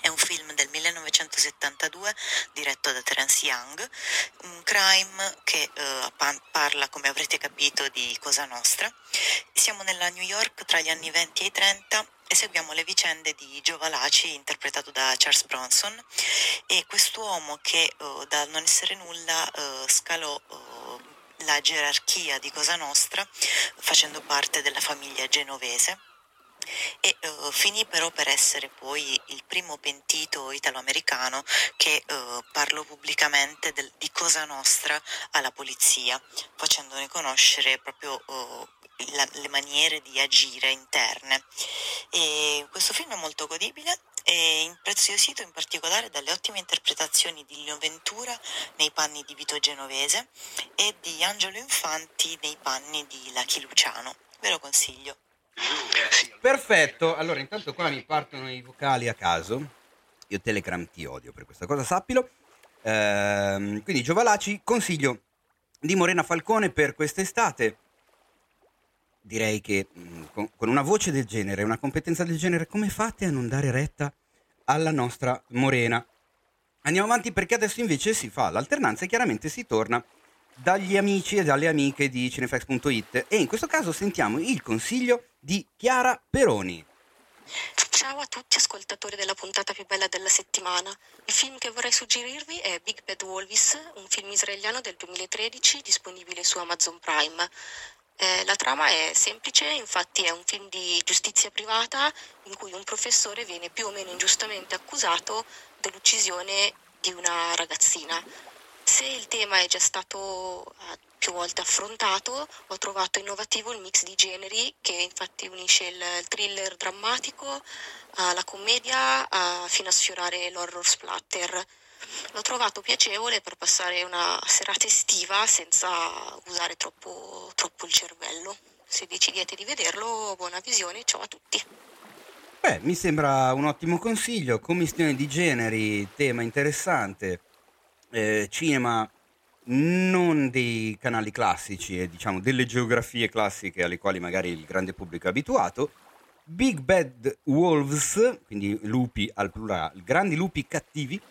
È un film del 1972 diretto da Terence Young, un crime che parla, come avrete capito, di Cosa Nostra. Siamo nella New York tra gli anni 20 e i 30 e seguiamo le vicende di Joe Valachi, interpretato da Charles Bronson, e quest'uomo che dal non essere nulla scalò la gerarchia di Cosa Nostra facendo parte della famiglia genovese e finì però per essere poi il primo pentito italo-americano che parlò pubblicamente di Cosa Nostra alla polizia, facendone conoscere proprio le maniere di agire interne. E questo film è molto godibile e impreziosito in particolare dalle ottime interpretazioni di Lino Ventura nei panni di Vito Genovese e di Angelo Infanti nei panni di Lucky Luciano. Ve lo consiglio. Perfetto, allora intanto qua mi partono i vocali a caso. Io Telegram ti odio per questa cosa, sappilo. Quindi Joe Valachi, consiglio di Morena Falcone per quest'estate. Direi che con una voce del genere, una competenza del genere, come fate a non dare retta alla nostra Morena? Andiamo avanti perché adesso invece si fa l'alternanza e chiaramente si torna dagli amici e dalle amiche di Cinefx.it e in questo caso sentiamo il consiglio di Chiara Peroni. Ciao a tutti ascoltatori della puntata più bella della settimana. Il film che vorrei suggerirvi è Big Bad Wolves, un film israeliano del 2013 disponibile su Amazon Prime. La trama è semplice, infatti è un film di giustizia privata in cui un professore viene più o meno ingiustamente accusato dell'uccisione di una ragazzina. Se il tema è già stato più volte affrontato, ho trovato innovativo il mix di generi che infatti unisce il thriller drammatico alla commedia fino a sfiorare l'horror splatter. L'ho trovato piacevole per passare una serata estiva senza usare troppo il cervello. Se decidete di vederlo, buona visione, ciao a tutti. Beh, mi sembra un ottimo consiglio, commistione di generi, tema interessante, cinema non dei canali classici e diciamo delle geografie classiche alle quali magari il grande pubblico è abituato. Big Bad Wolves, quindi lupi al plurale, grandi lupi cattivi,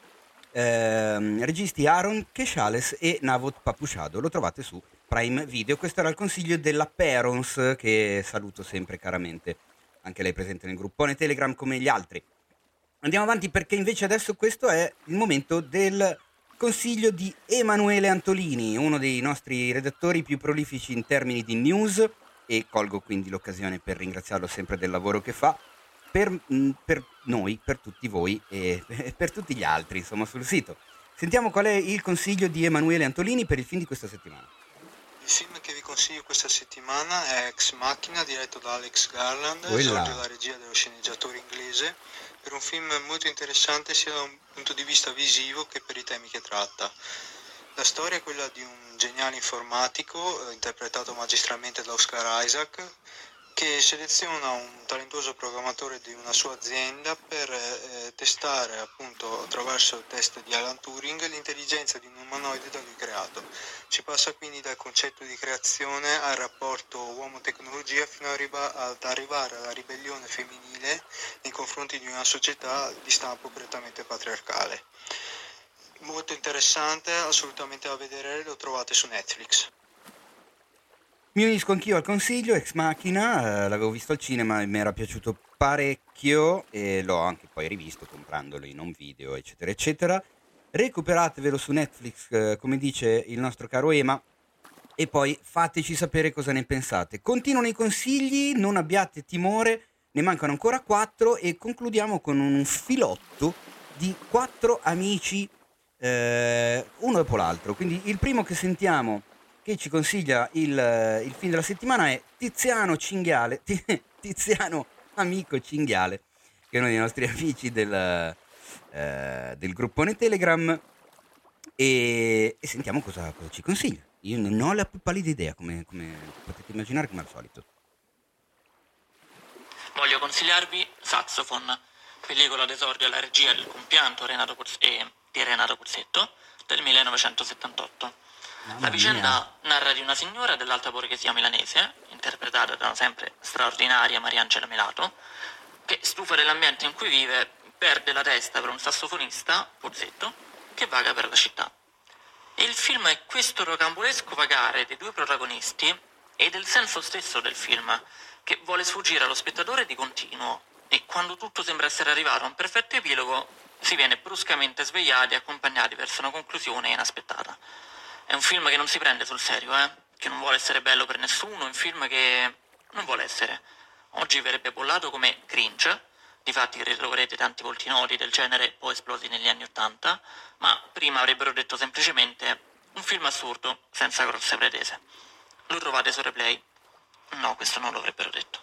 registi Aaron Keschales e Navot Papushado. Lo trovate su Prime Video. Questo era il consiglio della Perons, che saluto sempre caramente, anche lei presente nel gruppone Telegram come gli altri. Andiamo avanti perché invece adesso questo è il momento del consiglio di Emanuele Antolini, uno dei nostri redattori più prolifici in termini di news, e colgo quindi l'occasione per ringraziarlo sempre del lavoro che fa per noi, per tutti voi e per tutti gli altri, insomma, sul sito. Sentiamo qual è il consiglio di Emanuele Antolini per il film di questa settimana. Il film che vi consiglio questa settimana è Ex Machina, diretto da Alex Garland, esordio la regia dello sceneggiatore inglese, per un film molto interessante sia da un punto di vista visivo che per i temi che tratta. La storia è quella di un geniale informatico, interpretato magistralmente da Oscar Isaac, che seleziona un talentuoso programmatore di una sua azienda per testare, appunto, attraverso il test di Alan Turing, l'intelligenza di un umanoide da lui creato. Si passa quindi dal concetto di creazione al rapporto uomo-tecnologia fino ad arrivare alla ribellione femminile nei confronti di una società di stampo prettamente patriarcale. Molto interessante, assolutamente da vedere, lo trovate su Netflix. Mi unisco anch'io al consiglio, Ex Machina, l'avevo visto al cinema e mi era piaciuto parecchio e l'ho anche poi rivisto comprandolo in home video, eccetera, eccetera. Recuperatevelo su Netflix, come dice il nostro caro Ema, e poi fateci sapere cosa ne pensate. Continuano i consigli, non abbiate timore, ne mancano ancora 4 e concludiamo con un filotto di 4 amici, uno dopo l'altro. Quindi il primo che sentiamo che ci consiglia il film della settimana è Tiziano Cinghiale, Tiziano Amico Cinghiale, che è uno dei nostri amici del gruppone Telegram, e sentiamo cosa ci consiglia. Io non ho la più pallida idea, come potete immaginare, come al solito. Voglio consigliarvi Saxophone, pellicola d'esordio alla regia del compianto di Renato Pozzetto del 1978. La vicenda narra di una signora dell'alta borghesia milanese, interpretata da una sempre straordinaria Mariangela Melato, che, stufa dell'ambiente in cui vive, perde la testa per un sassofonista, Pozzetto, che vaga per la città. E il film è questo rocambolesco vagare dei due protagonisti e del senso stesso del film, che vuole sfuggire allo spettatore di continuo, e quando tutto sembra essere arrivato a un perfetto epilogo si viene bruscamente svegliati e accompagnati verso una conclusione inaspettata. È un film che non si prende sul serio, che non vuole essere bello per nessuno, è un film che non vuole essere. Oggi verrebbe bollato come cringe, difatti ritroverete tanti volti noti del genere poi esplosi negli anni '80, ma prima avrebbero detto semplicemente un film assurdo, senza grosse pretese. Lo trovate su Replay? No, questo non lo avrebbero detto.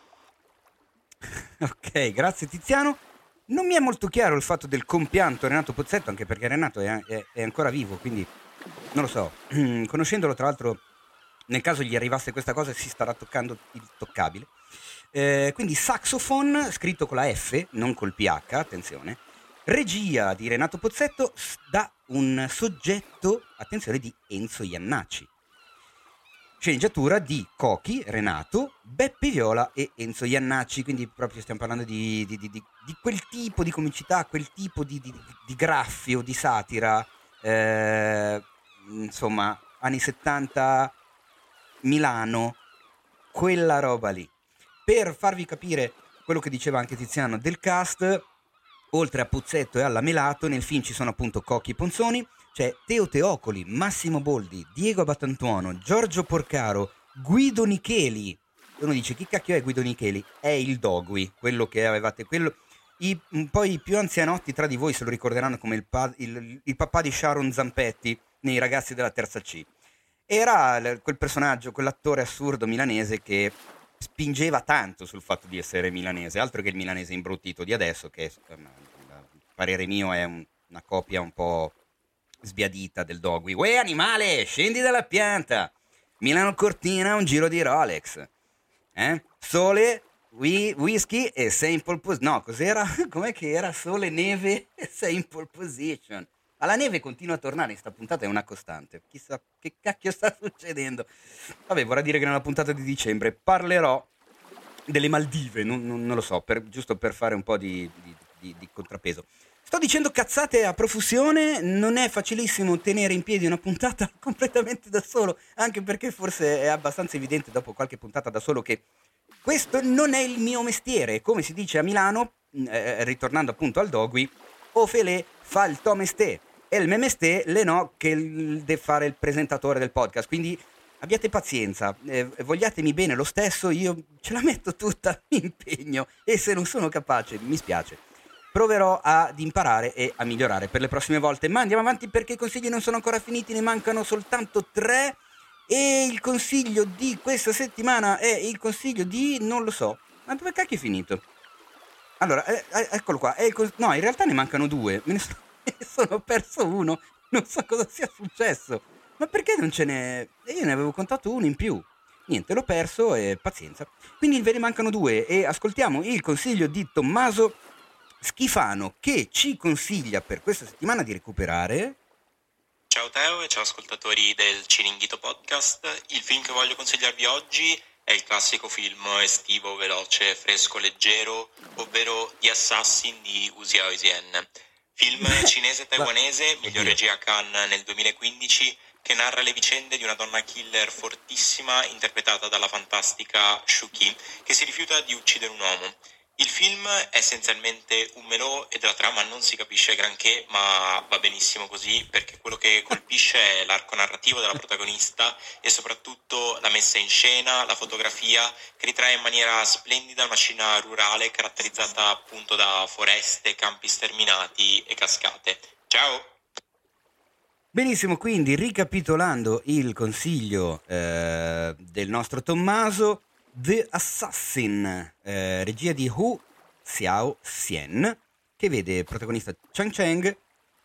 Ok, grazie Tiziano. Non mi è molto chiaro il fatto del compianto Renato Pozzetto, anche perché Renato è ancora vivo, quindi non lo so. Conoscendolo, tra l'altro, nel caso gli arrivasse questa cosa si starà toccando il toccabile. Quindi Saxophone, scritto con la F, non col PH, attenzione. Regia di Renato Pozzetto da un soggetto, attenzione, di Enzo Iannacci. Sceneggiatura di Cochi, Renato, Beppe Viola e Enzo Iannacci, quindi proprio stiamo parlando di quel tipo di comicità, quel tipo di graffio, di satira, insomma, anni 70, Milano, quella roba lì. Per farvi capire quello che diceva anche Tiziano del cast, oltre a Pozzetto e alla Melato, nel film ci sono appunto Cocchi Ponzoni, c'è Teo Teocoli, Massimo Boldi, Diego Abatantuono, Giorgio Porcaro, Guido Nicheli. Uno dice, chi cacchio è Guido Nicheli? È il Dogui, quello che avevate, poi i più anzianotti tra di voi se lo ricorderanno come il papà di Sharon Zampetti nei Ragazzi della Terza C. Era quel personaggio, quell'attore assurdo milanese che spingeva tanto sul fatto di essere milanese, altro che il milanese imbruttito di adesso, che a parere mio è una copia un po' sbiadita del Dogui. Uè animale, scendi dalla pianta! Milano Cortina, un giro di Rolex. Sole, whisky e sei in pole position. No, cos'era? Com'è che era? Sole, neve e sei in pole position. Alla neve continua a tornare, in sta puntata è una costante. Chissà che cacchio sta succedendo. Vabbè, vorrà dire che nella puntata di dicembre parlerò delle Maldive, non lo so, giusto per fare un po' di contrappeso. Sto dicendo cazzate a profusione, non è facilissimo tenere in piedi una puntata completamente da solo, anche perché forse è abbastanza evidente dopo qualche puntata da solo che questo non è il mio mestiere. Come si dice a Milano, ritornando appunto al Dogui, o Fele fa il to mestè e il me mestè le no che deve fare il presentatore del podcast, quindi abbiate pazienza, vogliatemi bene lo stesso, io ce la metto tutta, mi impegno, e se non sono capace mi spiace, proverò ad imparare e a migliorare per le prossime volte. Ma andiamo avanti perché i consigli non sono ancora finiti, ne mancano soltanto 3 e il consiglio di questa settimana è il consiglio di non lo so, ma dove cacchio è finito? Allora, eccolo qua, no, in realtà ne mancano 2, me ne sono perso uno, non so cosa sia successo, ma perché non ce n'è? Io ne avevo contato uno in più, niente, l'ho perso e pazienza. Quindi ve ne mancano 2 e ascoltiamo il consiglio di Tommaso Schifano, che ci consiglia per questa settimana di recuperare... Ciao Teo e ciao ascoltatori del Ciringhito Podcast. Il film che voglio consigliarvi oggi è il classico film estivo, veloce, fresco, leggero, ovvero The Assassin di Wu Xiaoxian. Film cinese-taiwanese, miglior regia a Cannes nel 2015, che narra le vicende di una donna killer fortissima interpretata dalla fantastica Shu Qi, che si rifiuta di uccidere un uomo. Il film è essenzialmente un melò e della trama non si capisce granché, ma va benissimo così, perché quello che colpisce è l'arco narrativo della protagonista e soprattutto la messa in scena, la fotografia, che ritrae in maniera splendida una Cina rurale caratterizzata appunto da foreste, campi sterminati e cascate. Ciao! Benissimo, quindi ricapitolando il consiglio del nostro Tommaso, The Assassin, regia di Wu Xiaoxian, che vede protagonista Chang Cheng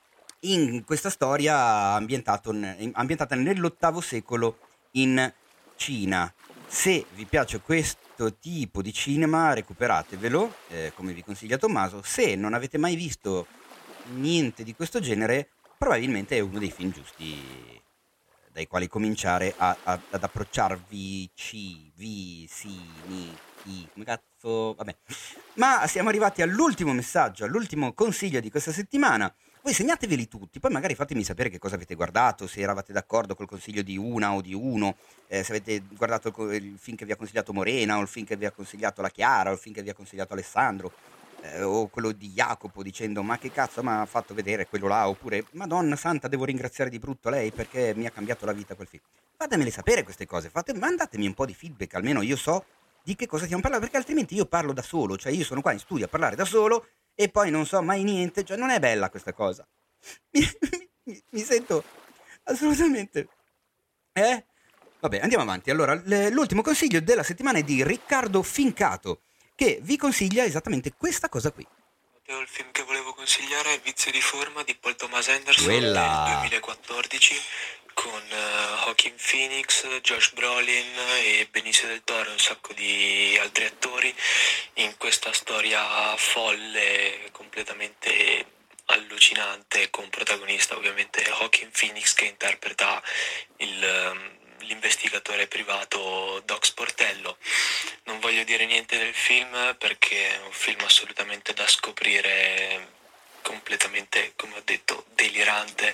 in questa storia ambientata nell'8° secolo in Cina. Se vi piace questo tipo di cinema, recuperatevelo, come vi consiglia Tommaso. Se non avete mai visto niente di questo genere, probabilmente è uno dei film giusti dai quali cominciare ad approcciarvi come cazzo cazzo, vabbè. Ma siamo arrivati all'ultimo messaggio, all'ultimo consiglio di questa settimana. Voi segnateveli tutti, poi magari fatemi sapere che cosa avete guardato, se eravate d'accordo col consiglio di una o di uno, se avete guardato il film che vi ha consigliato Morena, o il film che vi ha consigliato la Chiara, o il film che vi ha consigliato Alessandro, o quello di Jacopo dicendo ma che cazzo mi ha fatto vedere quello là, oppure Madonna Santa devo ringraziare di brutto lei perché mi ha cambiato la vita quel film. Fatemele sapere queste cose, mandatemi un po' di feedback, almeno io so di che cosa stiamo parlando, perché altrimenti io parlo da solo, cioè io sono qua in studio a parlare da solo e poi non so mai niente, cioè non è bella questa cosa. Mi sento assolutamente... Vabbè, andiamo avanti. Allora, l'ultimo consiglio della settimana è di Riccardo Fincato, che vi consiglia esattamente questa cosa qui. Il film che volevo consigliare è Il vizio di forma di Paul Thomas Anderson del 2014, con Joaquin Phoenix, Josh Brolin e Benicio del Toro e un sacco di altri attori in questa storia folle, completamente allucinante, con protagonista ovviamente Joaquin Phoenix che interpreta l'investigatore privato Doc Sportello. Non voglio dire niente del film perché è un film assolutamente da scoprire, completamente, come ho detto, delirante,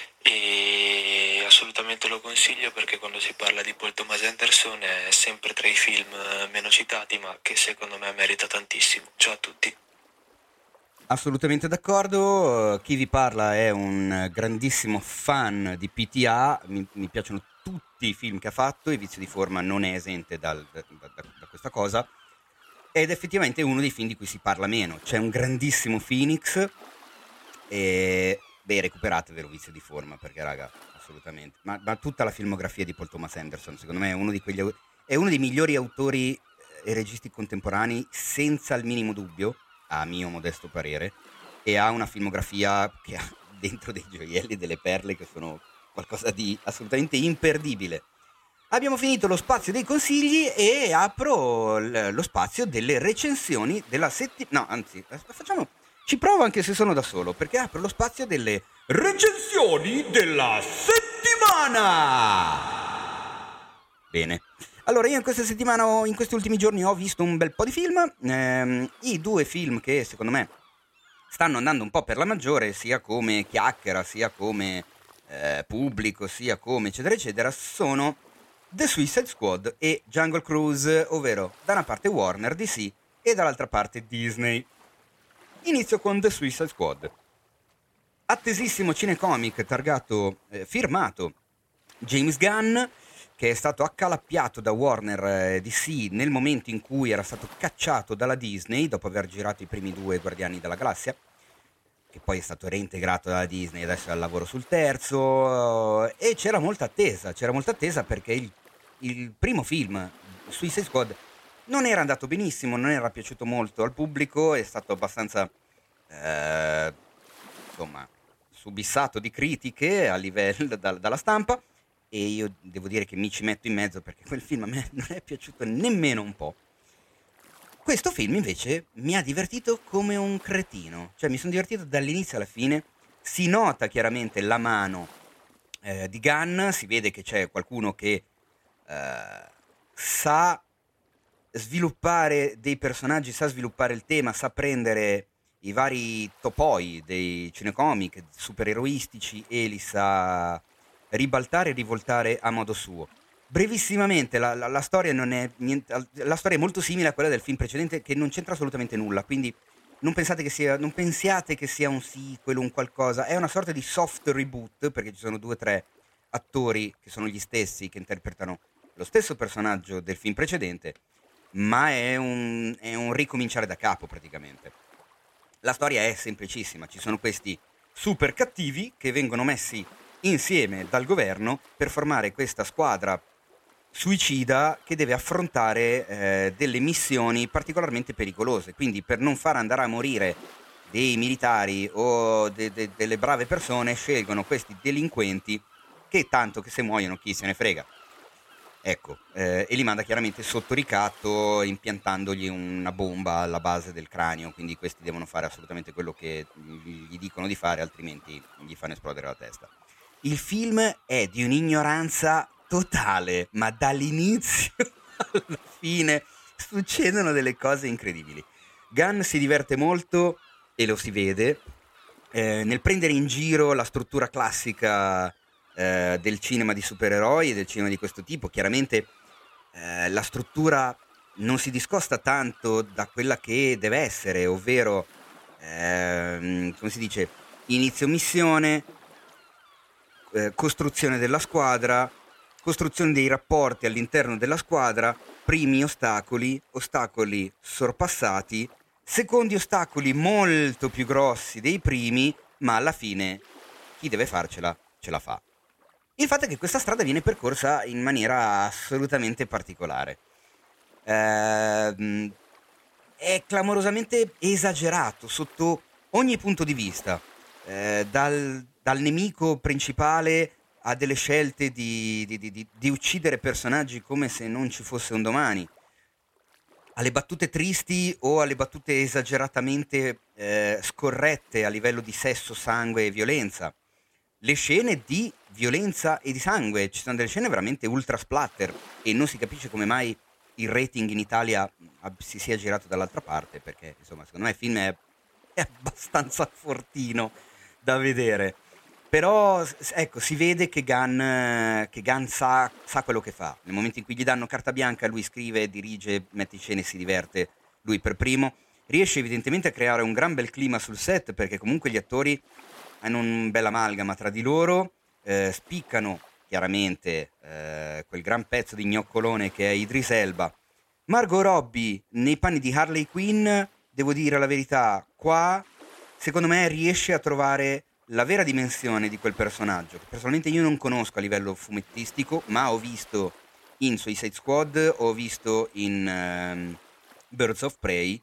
e assolutamente lo consiglio perché quando si parla di Paul Thomas Anderson è sempre tra i film meno citati, ma che secondo me merita tantissimo. Ciao a tutti. Assolutamente d'accordo, chi vi parla è un grandissimo fan di PTA, mi piacciono tutti i film che ha fatto, Il vizio di forma non è esente da questa cosa, ed effettivamente è uno dei film di cui si parla meno. C'è un grandissimo Phoenix e recuperatevelo Vizio di forma, perché raga, assolutamente, ma tutta la filmografia di Paul Thomas Anderson secondo me è uno dei migliori autori e registi contemporanei senza il minimo dubbio, a mio modesto parere, e ha una filmografia che ha dentro dei gioielli, delle perle che sono qualcosa di assolutamente imperdibile. Abbiamo finito lo spazio dei consigli e apro lo spazio delle recensioni della settimana. No, anzi, ci provo anche se sono da solo, perché apro lo spazio delle recensioni della settimana. Bene. Allora, io in questa settimana, in questi ultimi giorni, ho visto un bel po' di film. I due film che secondo me stanno andando un po' per la maggiore, sia come chiacchiera, sia come pubblico, sia come eccetera eccetera, sono The Suicide Squad e Jungle Cruise, ovvero da una parte Warner DC e dall'altra parte Disney. Inizio con The Suicide Squad. Attesissimo cinecomic firmato James Gunn, che è stato accalappiato da Warner DC nel momento in cui era stato cacciato dalla Disney dopo aver girato i primi due Guardiani della Galassia, che poi è stato reintegrato dalla Disney e adesso è al lavoro sul terzo, e c'era molta attesa perché il primo film, Suicide Squad, non era andato benissimo, non era piaciuto molto al pubblico, è stato abbastanza subissato di critiche a livello dalla stampa, e io devo dire che mi ci metto in mezzo perché quel film a me non è piaciuto nemmeno un po'. Questo film invece mi ha divertito come un cretino, cioè mi sono divertito dall'inizio alla fine. Si nota chiaramente la mano di Gunn, si vede che c'è qualcuno che sa sviluppare dei personaggi, sa sviluppare il tema, sa prendere i vari topoi dei cinecomic supereroistici e li sa ribaltare e rivoltare a modo suo. Brevissimamente, la storia non è niente, la storia è molto simile a quella del film precedente, che non c'entra assolutamente nulla, quindi non pensiate che sia un sequel o un qualcosa, è una sorta di soft reboot, perché ci sono 2 o 3 attori che sono gli stessi, che interpretano lo stesso personaggio del film precedente, ma è un ricominciare da capo praticamente. La storia è semplicissima, ci sono questi super cattivi che vengono messi insieme dal governo per formare questa squadra suicida che deve affrontare delle missioni particolarmente pericolose, quindi per non far andare a morire dei militari o delle brave persone scelgono questi delinquenti che tanto che se muoiono chi se ne frega. Ecco, e li manda chiaramente sotto ricatto impiantandogli una bomba alla base del cranio, quindi questi devono fare assolutamente quello che gli dicono di fare, altrimenti gli fanno esplodere la testa. Il film è di un'ignoranza totale, ma dall'inizio alla fine succedono delle cose incredibili. Gunn si diverte molto, e lo si vede, nel prendere in giro la struttura classica del cinema di supereroi e del cinema di questo tipo. Chiaramente la struttura non si discosta tanto da quella che deve essere, ovvero, come si dice, inizio missione, costruzione della squadra, costruzione dei rapporti all'interno della squadra, primi ostacoli sorpassati, secondi ostacoli molto più grossi dei primi, ma alla fine chi deve farcela ce la fa. Il fatto è che questa strada viene percorsa in maniera assolutamente particolare. È clamorosamente esagerato sotto ogni punto di vista, dal nemico principale a delle scelte di uccidere personaggi come se non ci fosse un domani, alle battute tristi o alle battute esageratamente scorrette a livello di sesso, sangue e violenza. Le scene di violenza e di sangue, ci sono delle scene veramente ultra splatter e non si capisce come mai il rating in Italia si sia girato dall'altra parte, perché insomma secondo me il film è abbastanza fortino da vedere. Però ecco, si vede che Gunn sa quello che fa. Nel momento in cui gli danno carta bianca, lui scrive, dirige, mette in scena e si diverte lui per primo. Riesce evidentemente a creare un gran bel clima sul set, perché comunque gli attori hanno un bel amalgama tra di loro, spiccano chiaramente quel gran pezzo di gnoccolone che è Idris Elba. Margot Robbie nei panni di Harley Quinn, devo dire la verità, qua secondo me riesce a trovare la vera dimensione di quel personaggio, che personalmente io non conosco a livello fumettistico, ma ho visto in Suicide Squad, ho visto in Birds of Prey.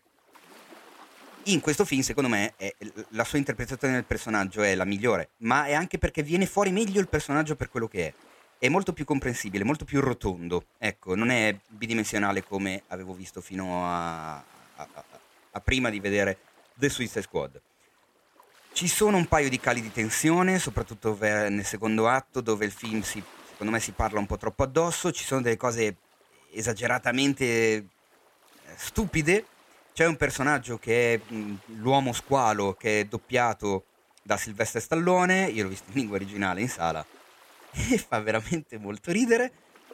In questo film secondo me la sua interpretazione del personaggio è la migliore, ma è anche perché viene fuori meglio il personaggio per quello che è molto più comprensibile, molto più rotondo, ecco, non è bidimensionale come avevo visto fino a prima di vedere The Suicide Squad. Ci sono un paio di cali di tensione, soprattutto nel secondo atto, dove il film secondo me si parla un po' troppo addosso, ci sono delle cose esageratamente stupide. C'è un personaggio che è l'uomo squalo, che è doppiato da Sylvester Stallone, io l'ho visto in lingua originale in sala, e fa veramente molto ridere.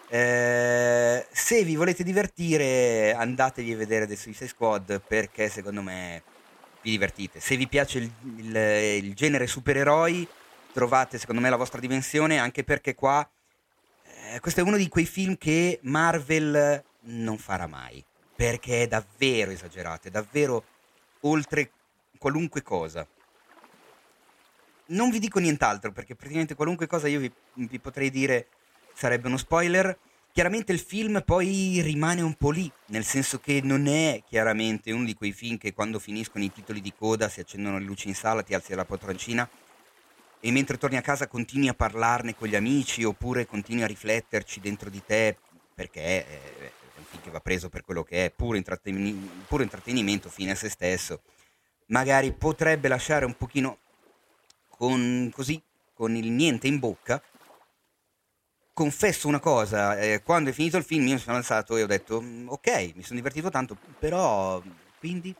Se vi volete divertire, andatevi a vedere The Suicide Squad, perché secondo me vi divertite. Se vi piace il genere supereroi, trovate secondo me la vostra dimensione, anche perché qua questo è uno di quei film che Marvel non farà mai, perché è davvero esagerato, è davvero oltre qualunque cosa. Non vi dico nient'altro, perché praticamente qualunque cosa io vi potrei dire sarebbe uno spoiler. Chiaramente il film poi rimane un po' lì, nel senso che non è chiaramente uno di quei film che quando finiscono i titoli di coda, si accendono le luci in sala, ti alzi la poltroncina e mentre torni a casa continui a parlarne con gli amici, oppure continui a rifletterci dentro di te, perché è un film che va preso per quello che è, puro intrattenimento fine a se stesso. Magari potrebbe lasciare un pochino con il niente in bocca. Confesso una cosa, quando è finito il film io mi sono alzato e ho detto ok, mi sono divertito tanto, però quindi...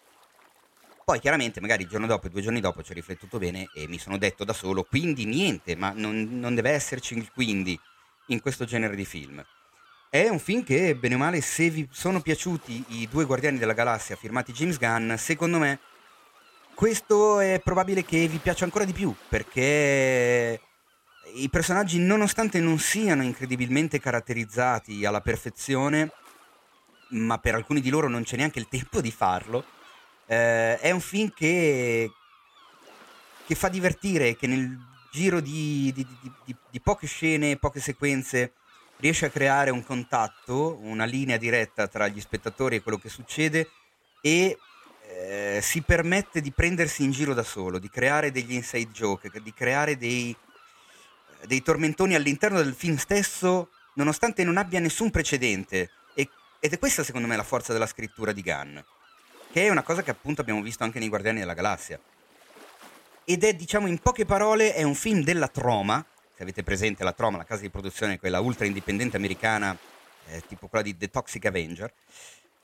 Poi chiaramente magari il giorno dopo e 2 giorni dopo ci ho riflettuto bene e mi sono detto da solo quindi niente, ma non deve esserci il quindi in questo genere di film. È un film che, bene o male, se vi sono piaciuti i 2 Guardiani della Galassia firmati James Gunn, secondo me questo è probabile che vi piaccia ancora di più, perché i personaggi, nonostante non siano incredibilmente caratterizzati alla perfezione, ma per alcuni di loro non c'è neanche il tempo di farlo, è un film che fa divertire, che nel giro di poche scene, poche sequenze riesce a creare un contatto, una linea diretta tra gli spettatori e quello che succede, e si permette di prendersi in giro da solo, di creare degli inside joke, di creare dei tormentoni all'interno del film stesso, nonostante non abbia nessun precedente. Ed è questa secondo me la forza della scrittura di Gunn, che è una cosa che appunto abbiamo visto anche nei Guardiani della Galassia. Ed è, diciamo in poche parole, è un film della Troma. Se avete presente la Troma, la casa di produzione, quella ultra indipendente americana, tipo quella di The Toxic Avenger,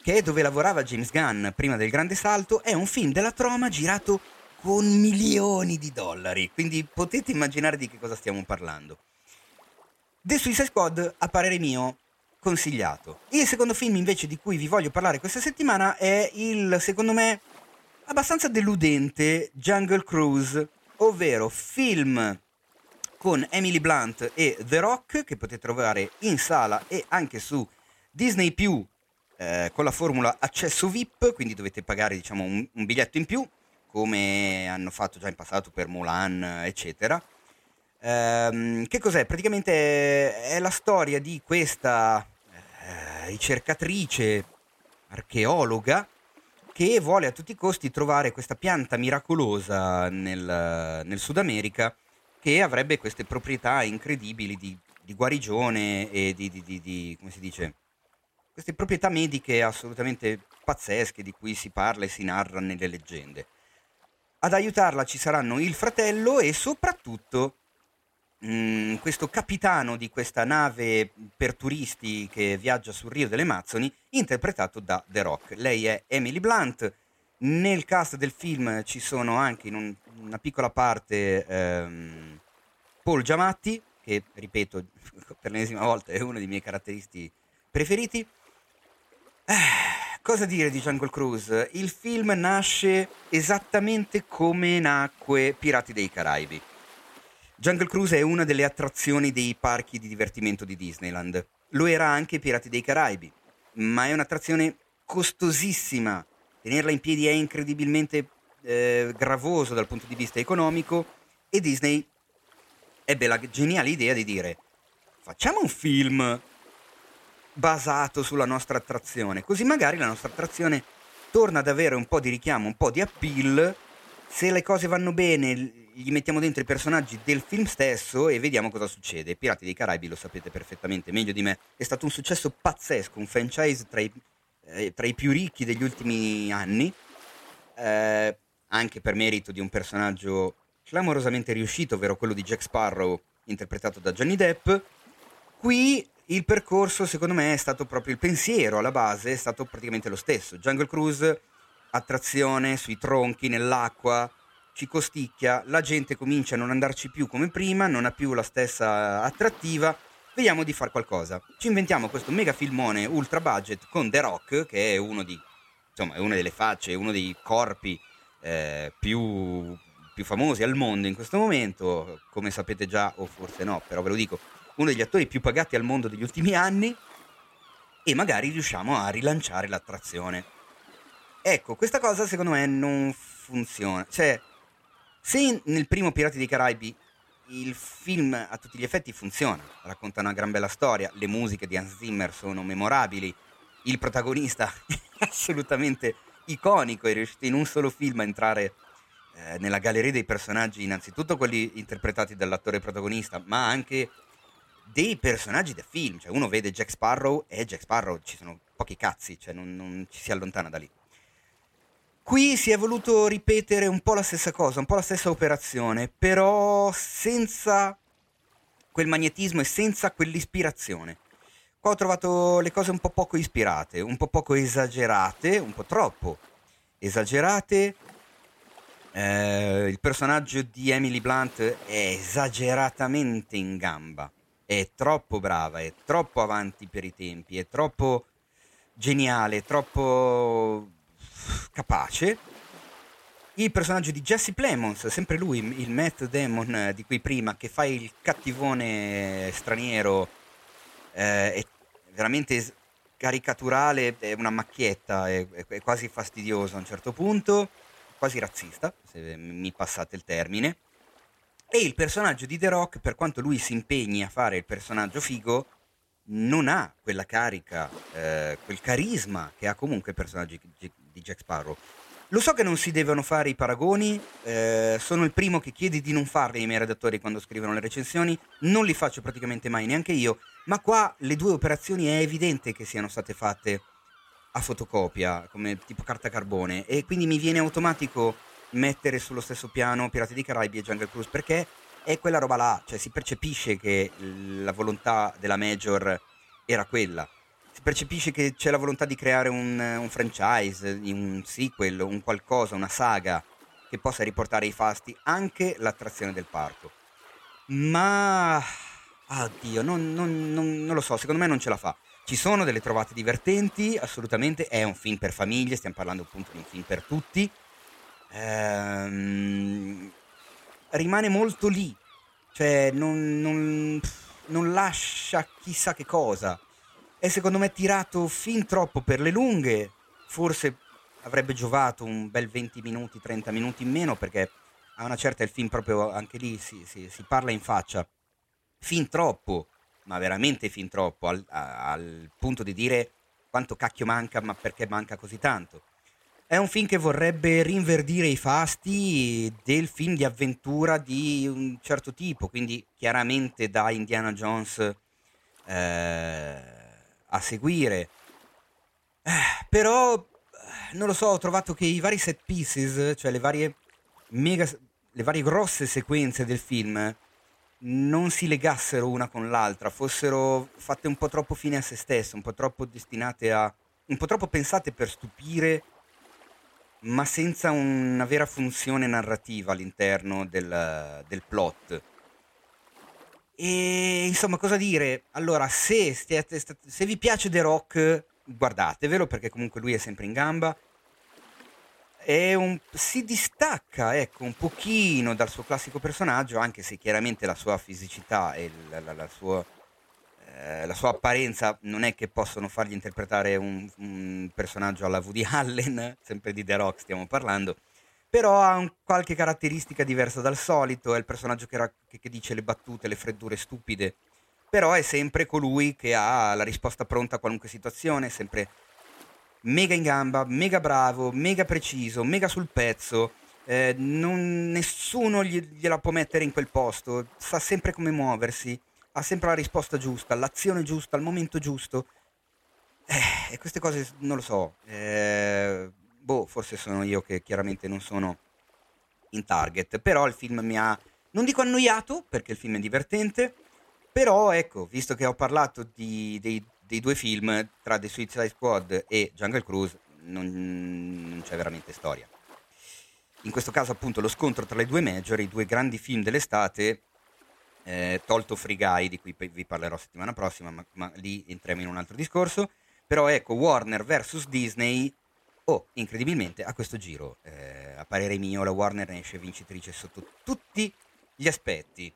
che è dove lavorava James Gunn prima del grande salto, è un film della Troma girato con milioni di dollari, quindi potete immaginare di che cosa stiamo parlando. The Suicide Squad, a parere mio, consigliato. Il secondo film invece di cui vi voglio parlare questa settimana è il, secondo me, abbastanza deludente Jungle Cruise, ovvero film con Emily Blunt e The Rock, che potete trovare in sala e anche su Disney+, con la formula accesso VIP, quindi dovete pagare, diciamo, un biglietto in più, come hanno fatto già in passato per Mulan, eccetera. Che cos'è? Praticamente è la storia di questa ricercatrice archeologa che vuole a tutti i costi trovare questa pianta miracolosa nel Sud America, che avrebbe queste proprietà incredibili di guarigione e di come si dice, queste proprietà mediche assolutamente pazzesche di cui si parla e si narra nelle leggende. Ad aiutarla ci saranno il fratello e soprattutto questo capitano di questa nave per turisti che viaggia sul Rio delle Amazzoni, interpretato da The Rock. Lei è Emily Blunt. Nel cast del film ci sono anche in una piccola parte Paul Giamatti, che ripeto per l'ennesima volta è uno dei miei caratteristi preferiti. Cosa dire di Jungle Cruise? Il film nasce esattamente come nacque Pirati dei Caraibi. Jungle Cruise è una delle attrazioni dei parchi di divertimento di Disneyland. Lo era anche Pirati dei Caraibi, ma è un'attrazione costosissima. Tenerla in piedi è incredibilmente gravoso dal punto di vista economico e Disney ebbe la geniale idea di dire: facciamo un film basato sulla nostra attrazione, così magari la nostra attrazione torna ad avere un po' di richiamo, un po' di appeal. Se le cose vanno bene gli mettiamo dentro i personaggi del film stesso e vediamo cosa succede. Pirati dei Caraibi, lo sapete perfettamente meglio di me, è stato un successo pazzesco, un franchise tra i più ricchi degli ultimi anni, anche per merito di un personaggio clamorosamente riuscito, ovvero quello di Jack Sparrow, interpretato da Johnny Depp. Qui il percorso, secondo me, è stato proprio il pensiero alla base, è stato praticamente lo stesso. Jungle Cruise, attrazione sui tronchi, nell'acqua, ci costicchia, la gente comincia a non andarci più come prima, non ha più la stessa attrattiva, vediamo di fare qualcosa. Ci inventiamo questo mega filmone ultra budget con The Rock, che è una delle facce, uno dei corpi più famosi al mondo in questo momento, come sapete già, o forse no, però ve lo dico, uno degli attori più pagati al mondo degli ultimi anni, e magari riusciamo a rilanciare l'attrazione. Ecco, questa cosa secondo me non funziona. Cioè, se nel primo Pirati dei Caraibi il film a tutti gli effetti funziona, racconta una gran bella storia, le musiche di Hans Zimmer sono memorabili, il protagonista è assolutamente iconico, è riuscito in un solo film a entrare nella galleria dei personaggi, innanzitutto quelli interpretati dall'attore protagonista, ma anche dei personaggi da film. Cioè, uno vede Jack Sparrow e Jack Sparrow, ci sono pochi cazzi, cioè non ci si allontana da lì. Qui si è voluto ripetere un po' la stessa cosa, un po' la stessa operazione, però senza quel magnetismo e senza quell'ispirazione. Qua ho trovato le cose un po' poco ispirate, un po' poco esagerate, un po' troppo esagerate. Il personaggio di Emily Blunt è esageratamente in gamba, è troppo brava, è troppo avanti per i tempi, è troppo geniale, è troppo capace. Il personaggio di Jesse Plemons, sempre lui, il Matt Damon di qui prima, che fa il cattivone straniero, è veramente caricaturale, è una macchietta, è quasi fastidioso a un certo punto, quasi razzista, se mi passate il termine. E il personaggio di The Rock, per quanto lui si impegni a fare il personaggio figo, non ha quella carica, quel carisma che ha comunque il personaggio di Jack Sparrow. Lo so che non si devono fare i paragoni, sono il primo che chiede di non farli ai miei redattori quando scrivono le recensioni, non li faccio praticamente mai neanche io, ma qua le due operazioni è evidente che siano state fatte a fotocopia, come tipo carta carbone, e quindi mi viene automatico mettere sullo stesso piano Pirati dei Caraibi e Jungle Cruise, perché è quella roba là, cioè si percepisce che la volontà della Major era quella. si percepisce che c'è la volontà di creare un franchise, un sequel, un qualcosa, una saga che possa riportare ai fasti anche l'attrazione del parco. Ma oddio, non lo so, secondo me non ce la fa. Ci sono delle trovate divertenti, assolutamente, è un film per famiglie, stiamo parlando appunto di un film per tutti. Rimane molto lì, cioè non lascia chissà che cosa. È secondo me tirato fin troppo per le lunghe, forse avrebbe giovato un bel 20 minuti, 30 minuti in meno, perché a una certa il film proprio anche lì si parla in faccia. Fin troppo, ma veramente fin troppo, al punto di dire quanto cacchio manca, ma perché manca così tanto. È un film che vorrebbe rinverdire i fasti del film di avventura di un certo tipo, quindi chiaramente da Indiana Jones a seguire. Però, non lo so, ho trovato che i vari set pieces, cioè le varie grosse sequenze del film, non si legassero una con l'altra, fossero fatte un po' troppo fine a se stesse, un po' troppo destinate un po' troppo pensate per stupire, ma senza una vera funzione narrativa all'interno del plot. E insomma, cosa dire? Allora, se vi piace The Rock, guardatevelo, perché comunque lui è sempre in gamba. Si distacca, ecco, un pochino dal suo classico personaggio, anche se chiaramente la sua fisicità e la sua apparenza non è che possono fargli interpretare un personaggio alla Woody Allen, sempre di The Rock stiamo parlando, però ha qualche caratteristica diversa dal solito, è il personaggio che dice le battute, le freddure stupide, però è sempre colui che ha la risposta pronta a qualunque situazione, sempre mega in gamba, mega bravo, mega preciso, mega sul pezzo, nessuno gliela può mettere in quel posto, sa sempre come muoversi, ha sempre la risposta giusta, l'azione giusta, al momento giusto. E queste cose non lo so. Forse sono io che chiaramente non sono in target. Però il film mi ha, non dico annoiato, perché il film è divertente. Però ecco, visto che ho parlato dei due film, tra The Suicide Squad e Jungle Cruise, non c'è veramente storia. In questo caso appunto lo scontro tra le due major, i due grandi film dell'estate, tolto Free Guy, di cui vi parlerò settimana prossima, ma lì entriamo in un altro discorso. Però ecco, Warner vs Disney, incredibilmente a questo giro, a parere mio, la Warner ne esce vincitrice sotto tutti gli aspetti.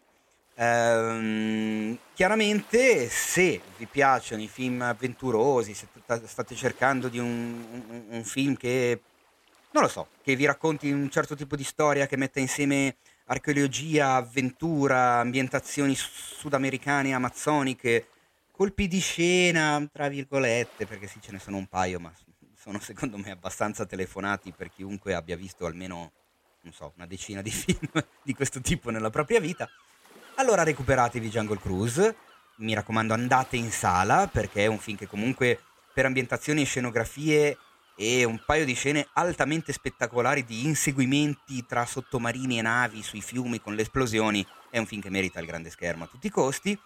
Chiaramente, se vi piacciono i film avventurosi, se state cercando di un film che, non lo so, che vi racconti un certo tipo di storia, che metta insieme archeologia, avventura, ambientazioni sudamericane, amazzoniche, colpi di scena, tra virgolette, perché sì, ce ne sono un paio, ma sono secondo me abbastanza telefonati per chiunque abbia visto almeno, non so, una decina di film di questo tipo nella propria vita. Allora recuperatevi Jungle Cruise, mi raccomando andate in sala, perché è un film che comunque per ambientazioni e scenografie e un paio di scene altamente spettacolari di inseguimenti tra sottomarini e navi sui fiumi con le esplosioni, è un film che merita il grande schermo a tutti i costi.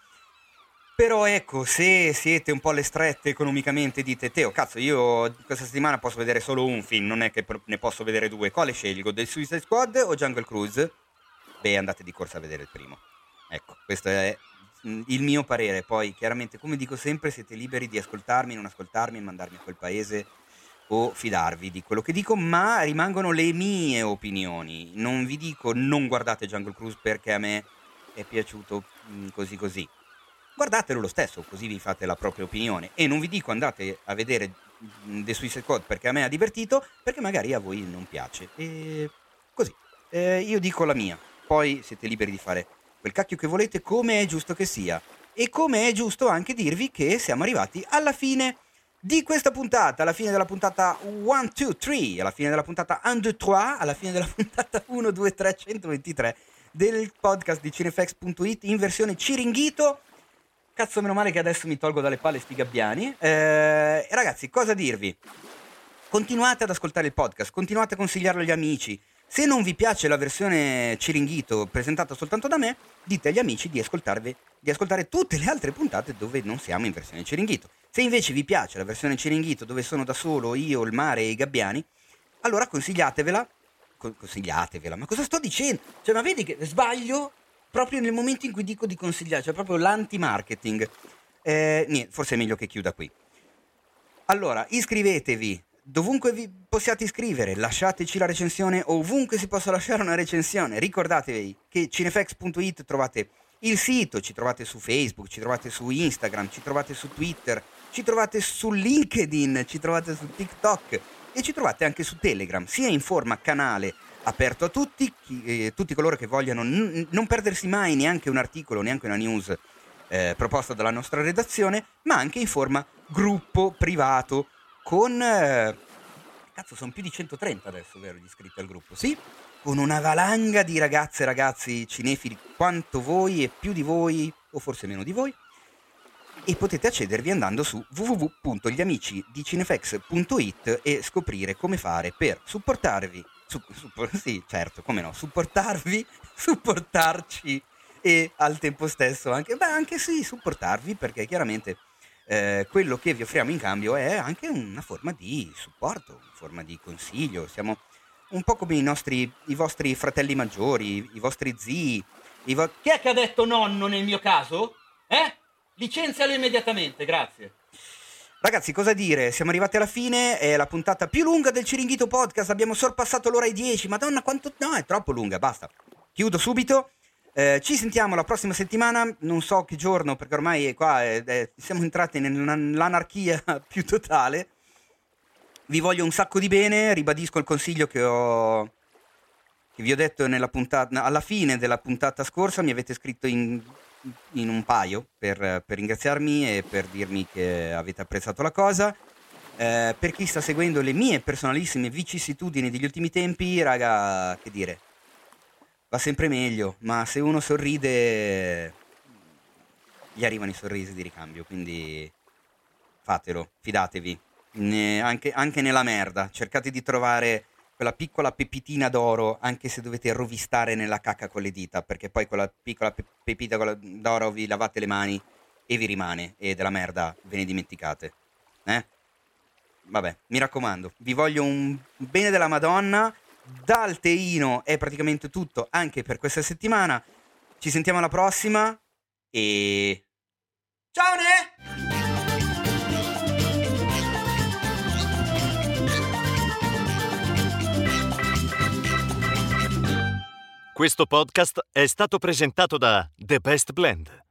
Però ecco, se siete un po' alle strette economicamente e dite Teo, cazzo, io questa settimana posso vedere solo un film, non è che ne posso vedere due, quale scelgo, The Suicide Squad o Jungle Cruise? Beh, andate di corsa a vedere il primo. Ecco, questo è il mio parere. Poi chiaramente, come dico sempre, siete liberi di ascoltarmi, non ascoltarmi, mandarmi a quel paese o fidarvi di quello che dico, ma rimangono le mie opinioni. Non vi dico non guardate Jungle Cruise perché a me è piaciuto così. Guardatelo lo stesso, così vi fate la propria opinione. E non vi dico andate a vedere The Suicide Squad perché a me ha divertito, perché magari a voi non piace. E così. Io dico la mia. Poi siete liberi di fare quel cacchio che volete, come è giusto che sia. E come è giusto anche dirvi che siamo arrivati alla fine di questa puntata, alla fine della puntata 1, 2, 3, alla fine della puntata 1, 2, 3, alla fine della puntata 1, 2, 3, 123 del podcast di Cinefx.it in versione Ciringhito. Cazzo, meno male che adesso mi tolgo dalle palle sti gabbiani. Ragazzi, cosa dirvi? Continuate ad ascoltare il podcast, continuate a consigliarlo agli amici. Se non vi piace la versione Ciringhito presentata soltanto da me, dite agli amici di ascoltare tutte le altre puntate dove non siamo in versione Ciringhito. Se invece vi piace la versione Ciringhito dove sono da solo io, il mare e i gabbiani, allora consigliatevela, ma cosa sto dicendo? Cioè, ma vedi che sbaglio proprio nel momento in cui dico di consigliare, cioè proprio l'anti-marketing. Niente, forse è meglio che chiuda qui. Allora, iscrivetevi dovunque vi possiate iscrivere, lasciateci la recensione ovunque si possa lasciare una recensione. Ricordatevi che cinefx.it trovate il sito, ci trovate su Facebook, ci trovate su Instagram, ci trovate su Twitter, ci trovate su LinkedIn, ci trovate su TikTok e ci trovate anche su Telegram, sia in forma canale aperto a tutti, tutti coloro che vogliano non perdersi mai neanche un articolo, neanche una news proposta dalla nostra redazione, ma anche in forma gruppo privato con cazzo, sono più di 130 adesso, vero, gli iscritti al gruppo, sì? Con una valanga di ragazze e ragazzi cinefili quanto voi e più di voi, o forse meno di voi, e potete accedervi andando su www.gli-amici-di-cinefx.it e scoprire come fare per supportarvi, sì, certo, come no, supportarvi, supportarci e al tempo stesso anche sì, supportarvi, perché chiaramente quello che vi offriamo in cambio è anche una forma di supporto, una forma di consiglio. Siamo un po' come i vostri fratelli maggiori, i vostri zii. Chi è che ha detto nonno nel mio caso? Licenzialo immediatamente, grazie. Ragazzi, cosa dire? Siamo arrivati alla fine, è la puntata più lunga del Ciringhito Podcast, abbiamo sorpassato l'ora e 10, madonna quanto... No, è troppo lunga, basta. Chiudo subito. Ci sentiamo la prossima settimana, non so che giorno, perché ormai qua siamo entrati nell'anarchia più totale. Vi voglio un sacco di bene, ribadisco il consiglio che vi ho detto alla fine della puntata scorsa. Mi avete scritto in un paio per ringraziarmi e per dirmi che avete apprezzato la cosa. Per chi sta seguendo le mie personalissime vicissitudini degli ultimi tempi, raga, che dire, va sempre meglio, ma se uno sorride gli arrivano i sorrisi di ricambio, quindi fatelo, fidatevi, anche nella merda, cercate di trovare quella piccola pepitina d'oro, anche se dovete rovistare nella cacca con le dita, perché poi quella piccola pepita d'oro vi lavate le mani e vi rimane, e della merda ve ne dimenticate. Vabbè, mi raccomando, vi voglio un bene della Madonna. Dal Teino è praticamente tutto anche per questa settimana. Ci sentiamo alla prossima e ciao ne! Questo podcast è stato presentato da The Best Blend,